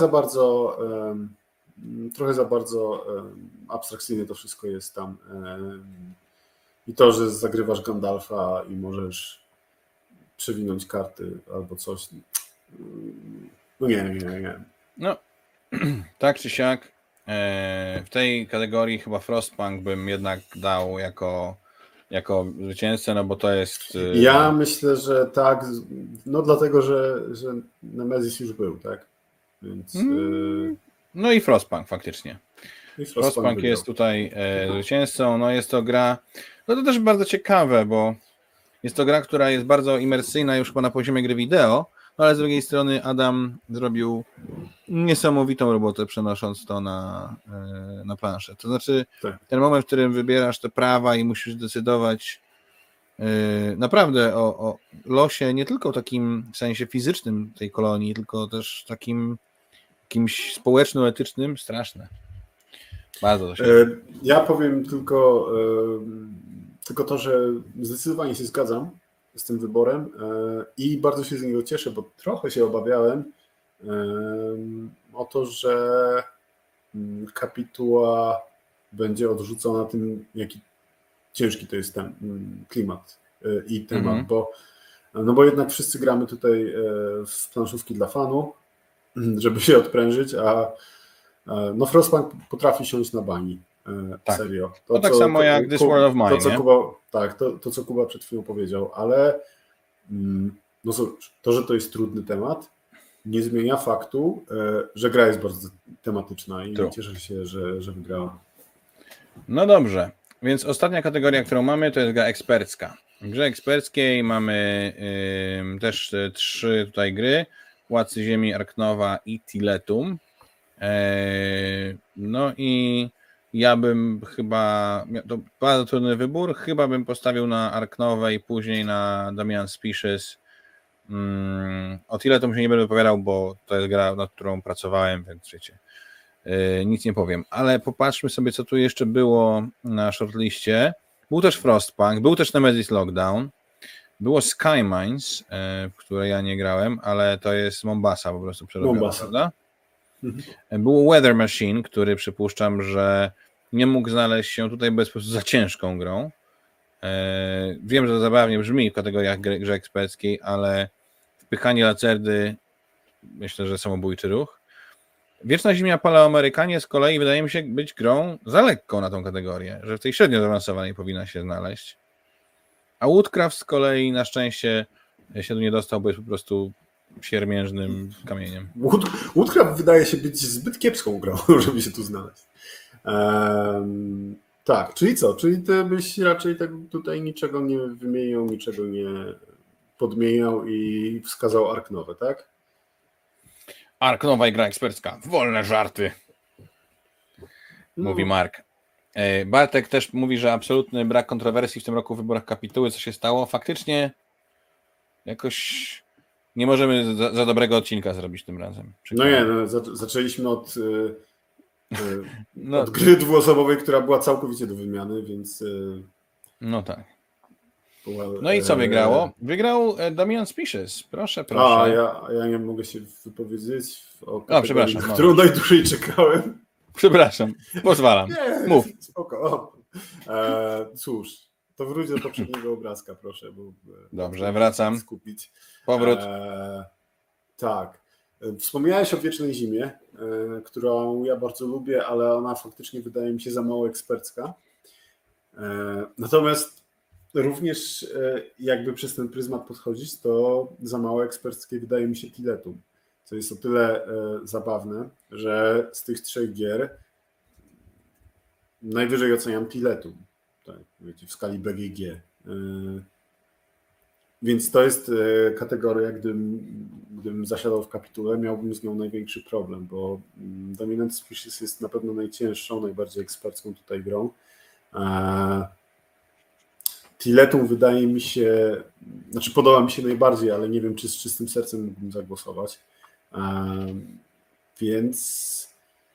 za bardzo abstrakcyjnie to wszystko jest tam. I to, że zagrywasz Gandalfa i możesz przewinąć karty albo coś. Nie. Tak czy siak, w tej kategorii chyba Frostpunk bym jednak dał jako zwycięzcę, bo to jest... Ja myślę, że tak, dlatego, że Nemesis już był, tak? Więc... No i Frostpunk faktycznie. Frostpunk jest tutaj zwycięzcą. Jest to gra, to też bardzo ciekawe, bo jest to gra, która jest bardzo imersyjna już chyba na poziomie gry wideo, ale z drugiej strony Adam zrobił niesamowitą robotę, przenosząc to na planszę. To znaczy ten moment, w którym wybierasz te prawa i musisz decydować naprawdę o losie, nie tylko w takim sensie fizycznym tej kolonii, tylko też takim jakimś społeczno-etycznym, straszne. Bardzo to się... Ja powiem tylko to, że zdecydowanie się zgadzam z tym wyborem i bardzo się z niego cieszę, bo trochę się obawiałem o to, że kapituła będzie odrzucona tym, jaki ciężki to jest ten klimat i temat, bo jednak wszyscy gramy tutaj w planszówki dla fanów, żeby się odprężyć, a Frostpunk potrafi siąść na bani. Serio. To tak samo jak This World of Mine, to co Kuba przed chwilą powiedział, ale to, że to jest trudny temat, nie zmienia faktu, że gra jest bardzo tematyczna i cieszę się, że wygrała. No dobrze, więc ostatnia kategoria, którą mamy, to jest gra ekspercka. W grze eksperckiej mamy też 3 tutaj gry. Władcy Ziemi, Arknowa i Tiletum. No i ja bym chyba, to bardzo trudny wybór, chyba bym postawił na Arknowę i później na Damian Species. O Tiletum się nie będę opowiadał, bo to jest gra, nad którą pracowałem, więc wiecie, nic nie powiem. Ale popatrzmy sobie, co tu jeszcze było na shortliście. Był też Frostpunk, był też Nemesis Lockdown. Było Sky Mines, w które ja nie grałem, ale to jest Mombasa po prostu przerobiona, prawda? Był Weather Machine, który przypuszczam, że nie mógł znaleźć się tutaj, bo jest po prostu za ciężką grą. Wiem, że to zabawnie brzmi w kategoriach grze eksperckiej, ale wpychanie lacerdy myślę, że samobójczy ruch. Wieczna Ziemia Paleoamerykanie z kolei wydaje mi się być grą za lekką na tą kategorię, że w tej średnio zaawansowanej powinna się znaleźć. A Woodcraft z kolei na szczęście się tu nie dostał, bo jest po prostu siermiężnym kamieniem. Woodcraft wydaje się być zbyt kiepską grą, żeby się tu znaleźć. Tak, czyli co? Czyli ty byś raczej tak tutaj niczego nie wymieniał, niczego nie podmieniał i wskazał Ark nowe, tak? Ark nowa i gra ekspercka. Wolne żarty, mówi Mark. Bartek też mówi, że absolutny brak kontrowersji w tym roku w wyborach kapituły. Co się stało? Faktycznie jakoś nie możemy za dobrego odcinka zrobić tym razem. Zaczęliśmy od gry dwuosobowej, która była całkowicie do wymiany, więc... No tak. No i co wygrało? Wygrał Dominion Species. Proszę. Ja nie mogę się wypowiedzieć przepraszam. Którą najdłużej czekałem. Przepraszam, pozwalam. Nie, mów. Spoko. Cóż, to wróć do poprzedniego obrazka, proszę. Bo dobrze, wracam. Skupić. Powrót. Tak. Wspomniałeś o Wiecznej Zimie, którą ja bardzo lubię, ale ona faktycznie wydaje mi się za mało ekspercka. Natomiast również jakby przez ten pryzmat podchodzić, to za mało eksperckie wydaje mi się Tiletum, co jest o tyle zabawne, że z tych 3 gier najwyżej oceniam Tiletum, tak, wiecie, w skali BGG. Więc to jest kategoria, gdybym zasiadał w kapitule, miałbym z nią największy problem, bo Dominant Species jest na pewno najcięższą, najbardziej ekspercką tutaj grą. Tiletum wydaje mi się, podoba mi się najbardziej, ale nie wiem, czy z czystym sercem mógłbym zagłosować. Więc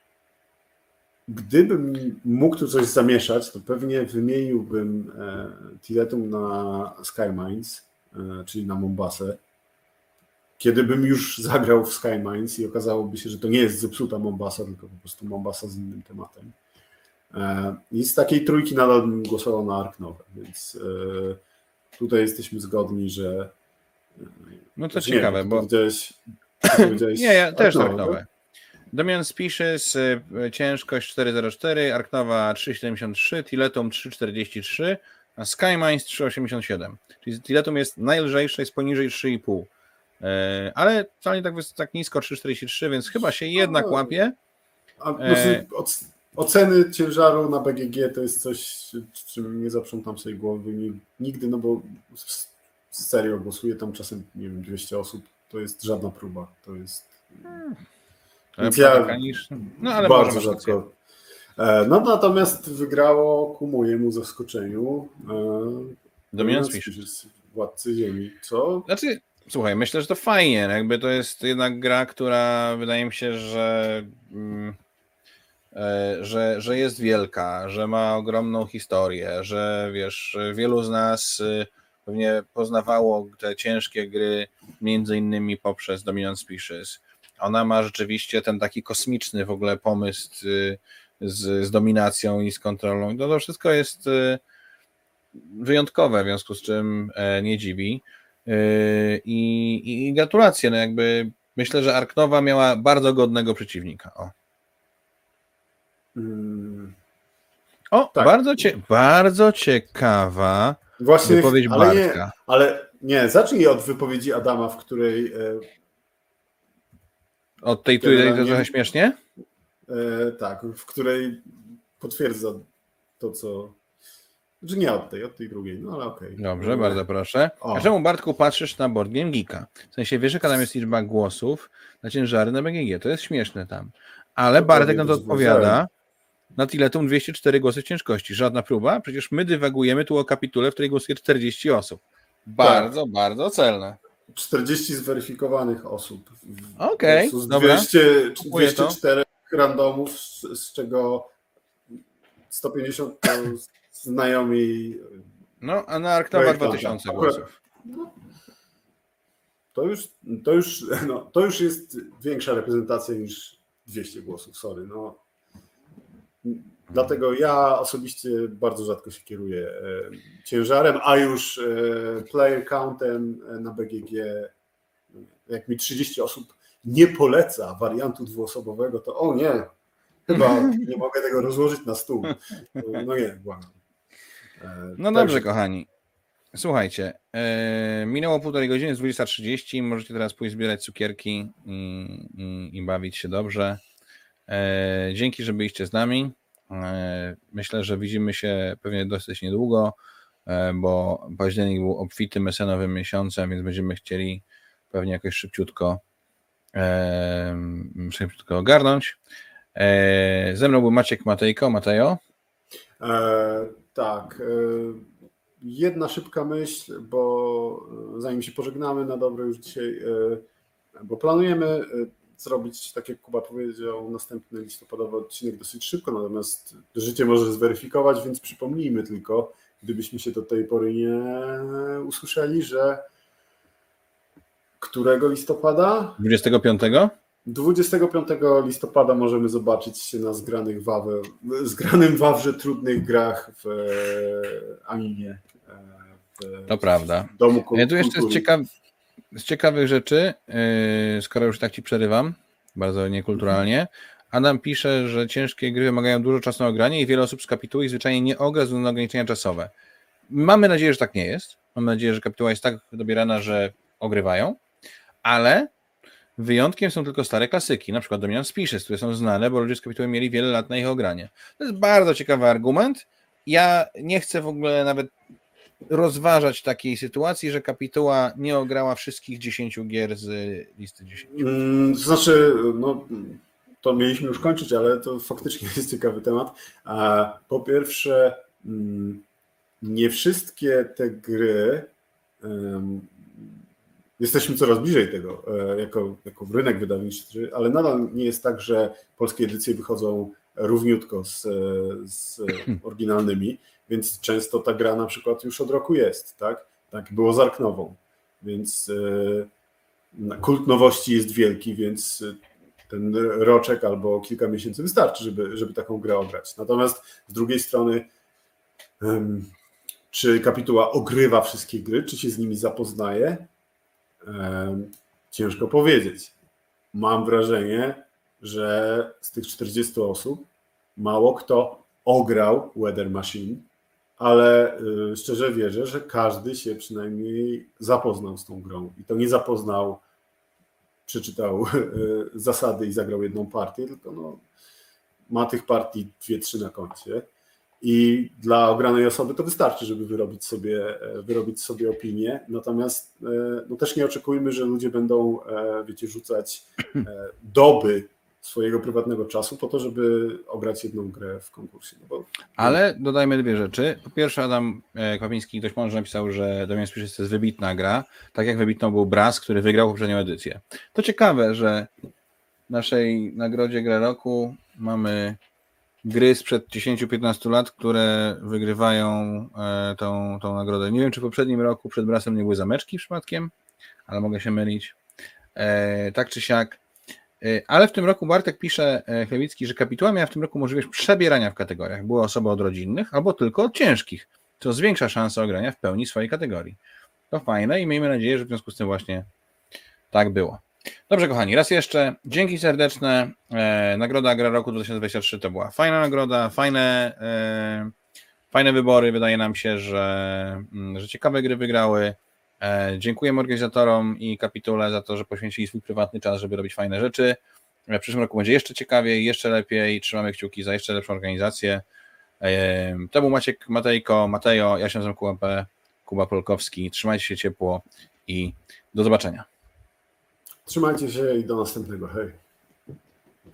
gdybym mógł tu coś zamieszać, to pewnie wymieniłbym Tiletum na Skymines, czyli na Mombasę. Kiedybym już zagrał w Skymines i okazałoby się, że to nie jest zepsuta Mombasa, tylko po prostu Mombasa z innym tematem. I z takiej trójki nadal bym głosował na Ark nowe, więc tutaj jesteśmy zgodni, że... No to ciekawe, bo... powiedziałeś nie, ja też Ark nowe. Dominion Species, ciężkość 4.04, Ark nowa 3.73, Tiletum 3.43, a Skymines 3.87. Czyli Tiletum jest najlżejsze, jest poniżej 3.5. Ale wcale nie tak nisko, 3.43, więc chyba się jednak łapie. Oceny ciężaru na BGG to jest coś, czym nie zaprzątam sobie głowy nigdy, no bo serio głosuję tam czasem, nie wiem, 200 osób, to jest żadna próba, to jest... Więc ja ale bardzo rzadko. No natomiast wygrało ku mojemu zaskoczeniu Dominion Species, Władcy Ziemi, co? Znaczy, słuchaj, myślę, że to fajnie, jakby to jest jednak gra, która wydaje mi się, że jest wielka, że ma ogromną historię, że wiesz, wielu z nas pewnie poznawało te ciężkie gry między innymi poprzez Dominion Species. Ona ma rzeczywiście ten taki kosmiczny w ogóle pomysł z dominacją i z kontrolą. To wszystko jest wyjątkowe, w związku z czym nie dziwi. I gratulacje, no jakby myślę, że Ark nowa miała bardzo godnego przeciwnika. Tak. Bardzo ciekawa wypowiedź Bartka. Ale nie, zacznij od wypowiedzi Adama, w której... Od tej, której to trochę śmiesznie? Tak, w której potwierdza to, co... Że nie od tej drugiej, no ale okej. Dobrze, bardzo proszę. A czemu, Bartku, patrzysz na Board Game Geeka? W sensie wiesz, jaka tam jest liczba głosów na ciężary na BGG. To jest śmieszne tam. Ale Bartek na to odpowiada: na Tiletum 204 głosy w ciężkości. Żadna próba? Przecież my dywagujemy tu o kapitule, w której głosuje 40 osób. Bardzo, tak. Bardzo celne. 40 zweryfikowanych osób. Okej, dobra. 204 randomów, z czego 150 to znajomi. No, a na Ark nowa 2000 głosów. To już jest większa reprezentacja niż 200 głosów, sorry. No. Dlatego ja osobiście bardzo rzadko się kieruję ciężarem, a już player countem na BGG, jak mi 30 osób nie poleca wariantu dwuosobowego, to o nie, chyba nie mogę tego rozłożyć na stół. No nie, błagam. No dobrze, kochani. Słuchajcie, minęło 1,5 godziny, jest 20:30, możecie teraz pójść zbierać cukierki i bawić się dobrze. Dzięki, że byliście z nami. Myślę, że widzimy się pewnie dosyć niedługo, bo październik był obfitym esenowym miesiącem, więc będziemy chcieli pewnie jakoś szybciutko ogarnąć. Ze mną był Maciek Matejko. Matejo? Tak. Jedna szybka myśl, bo zanim się pożegnamy na dobre już dzisiaj, bo planujemy zrobić, tak jak Kuba powiedział, następny listopadowy odcinek dosyć szybko, natomiast życie może zweryfikować, więc przypomnijmy tylko, gdybyśmy się do tej pory nie usłyszeli, że którego listopada? 25? 25 listopada możemy zobaczyć się na zgranym wawrze trudnych grach w Animie. To prawda. Domu kultury. Tu jeszcze z ciekawych rzeczy, skoro już tak ci przerywam, bardzo niekulturalnie, Adam pisze, że ciężkie gry wymagają dużo czasu na ogranie i wiele osób z kapituły i zwyczajnie nie ogra ze względu na ograniczenia czasowe. Mamy nadzieję, że tak nie jest. Mamy nadzieję, że kapituła jest tak dobierana, że ogrywają, ale wyjątkiem są tylko stare klasyki, na przykład Dominant Species, które są znane, bo ludzie z kapituły mieli wiele lat na ich ogranie. To jest bardzo ciekawy argument. Ja nie chcę w ogóle nawet rozważać takiej sytuacji, że kapituła nie ograła wszystkich 10 gier z listy 10. To znaczy, to mieliśmy już kończyć, ale to faktycznie jest ciekawy temat. Po pierwsze, nie wszystkie te gry, jesteśmy coraz bliżej tego jako rynek wydawniczy, ale nadal nie jest tak, że polskie edycje wychodzą równiutko z oryginalnymi, więc często ta gra na przykład już od roku jest, tak? Tak było z Ark Nową, więc kult nowości jest wielki, więc ten roczek albo kilka miesięcy wystarczy, żeby taką grę ograć. Natomiast z drugiej strony, czy kapituła ogrywa wszystkie gry, czy się z nimi zapoznaje? Ciężko powiedzieć. Mam wrażenie, że z tych 40 osób mało kto ograł Weather Machine, ale szczerze wierzę, że każdy się przynajmniej zapoznał z tą grą. I to nie zapoznał, przeczytał zasady i zagrał jedną partię, tylko ma tych partii 2-3 na koncie. I dla ogranej osoby to wystarczy, żeby wyrobić sobie opinię. Natomiast też nie oczekujmy, że ludzie będą, rzucać doby swojego prywatnego czasu po to, żeby ograć jedną grę w konkursie. Ale dodajmy dwie rzeczy. Po pierwsze, Adam Kwapiński, ktoś może napisał, że Dominant Species to jest wybitna gra, tak jak wybitną był Brass, który wygrał poprzednią edycję. To ciekawe, że w naszej nagrodzie Gra Roku mamy gry sprzed 10-15 lat, które wygrywają tą nagrodę. Nie wiem, czy w poprzednim roku przed Brassem nie były zameczki przypadkiem, ale mogę się mylić. Tak czy siak. Ale w tym roku Bartek pisze, Chlewicki, że kapituła miała w tym roku możliwość przebierania w kategoriach. Były osoby od rodzinnych albo tylko od ciężkich, co zwiększa szansę ogrania w pełni swojej kategorii. To fajne i miejmy nadzieję, że w związku z tym właśnie tak było. Dobrze, kochani, raz jeszcze dzięki serdeczne. Nagroda Gra Roku 2023 to była fajna nagroda, fajne wybory. Wydaje nam się, że ciekawe gry wygrały. Dziękujemy organizatorom i kapitule za to, że poświęcili swój prywatny czas, żeby robić fajne rzeczy. W przyszłym roku będzie jeszcze ciekawiej, jeszcze lepiej. Trzymamy kciuki za jeszcze lepszą organizację. To był Maciek Matejko, Matejo, ja się nazywam QMP, Kuba Polkowski. Trzymajcie się ciepło i do zobaczenia. Trzymajcie się i do następnego. Hej.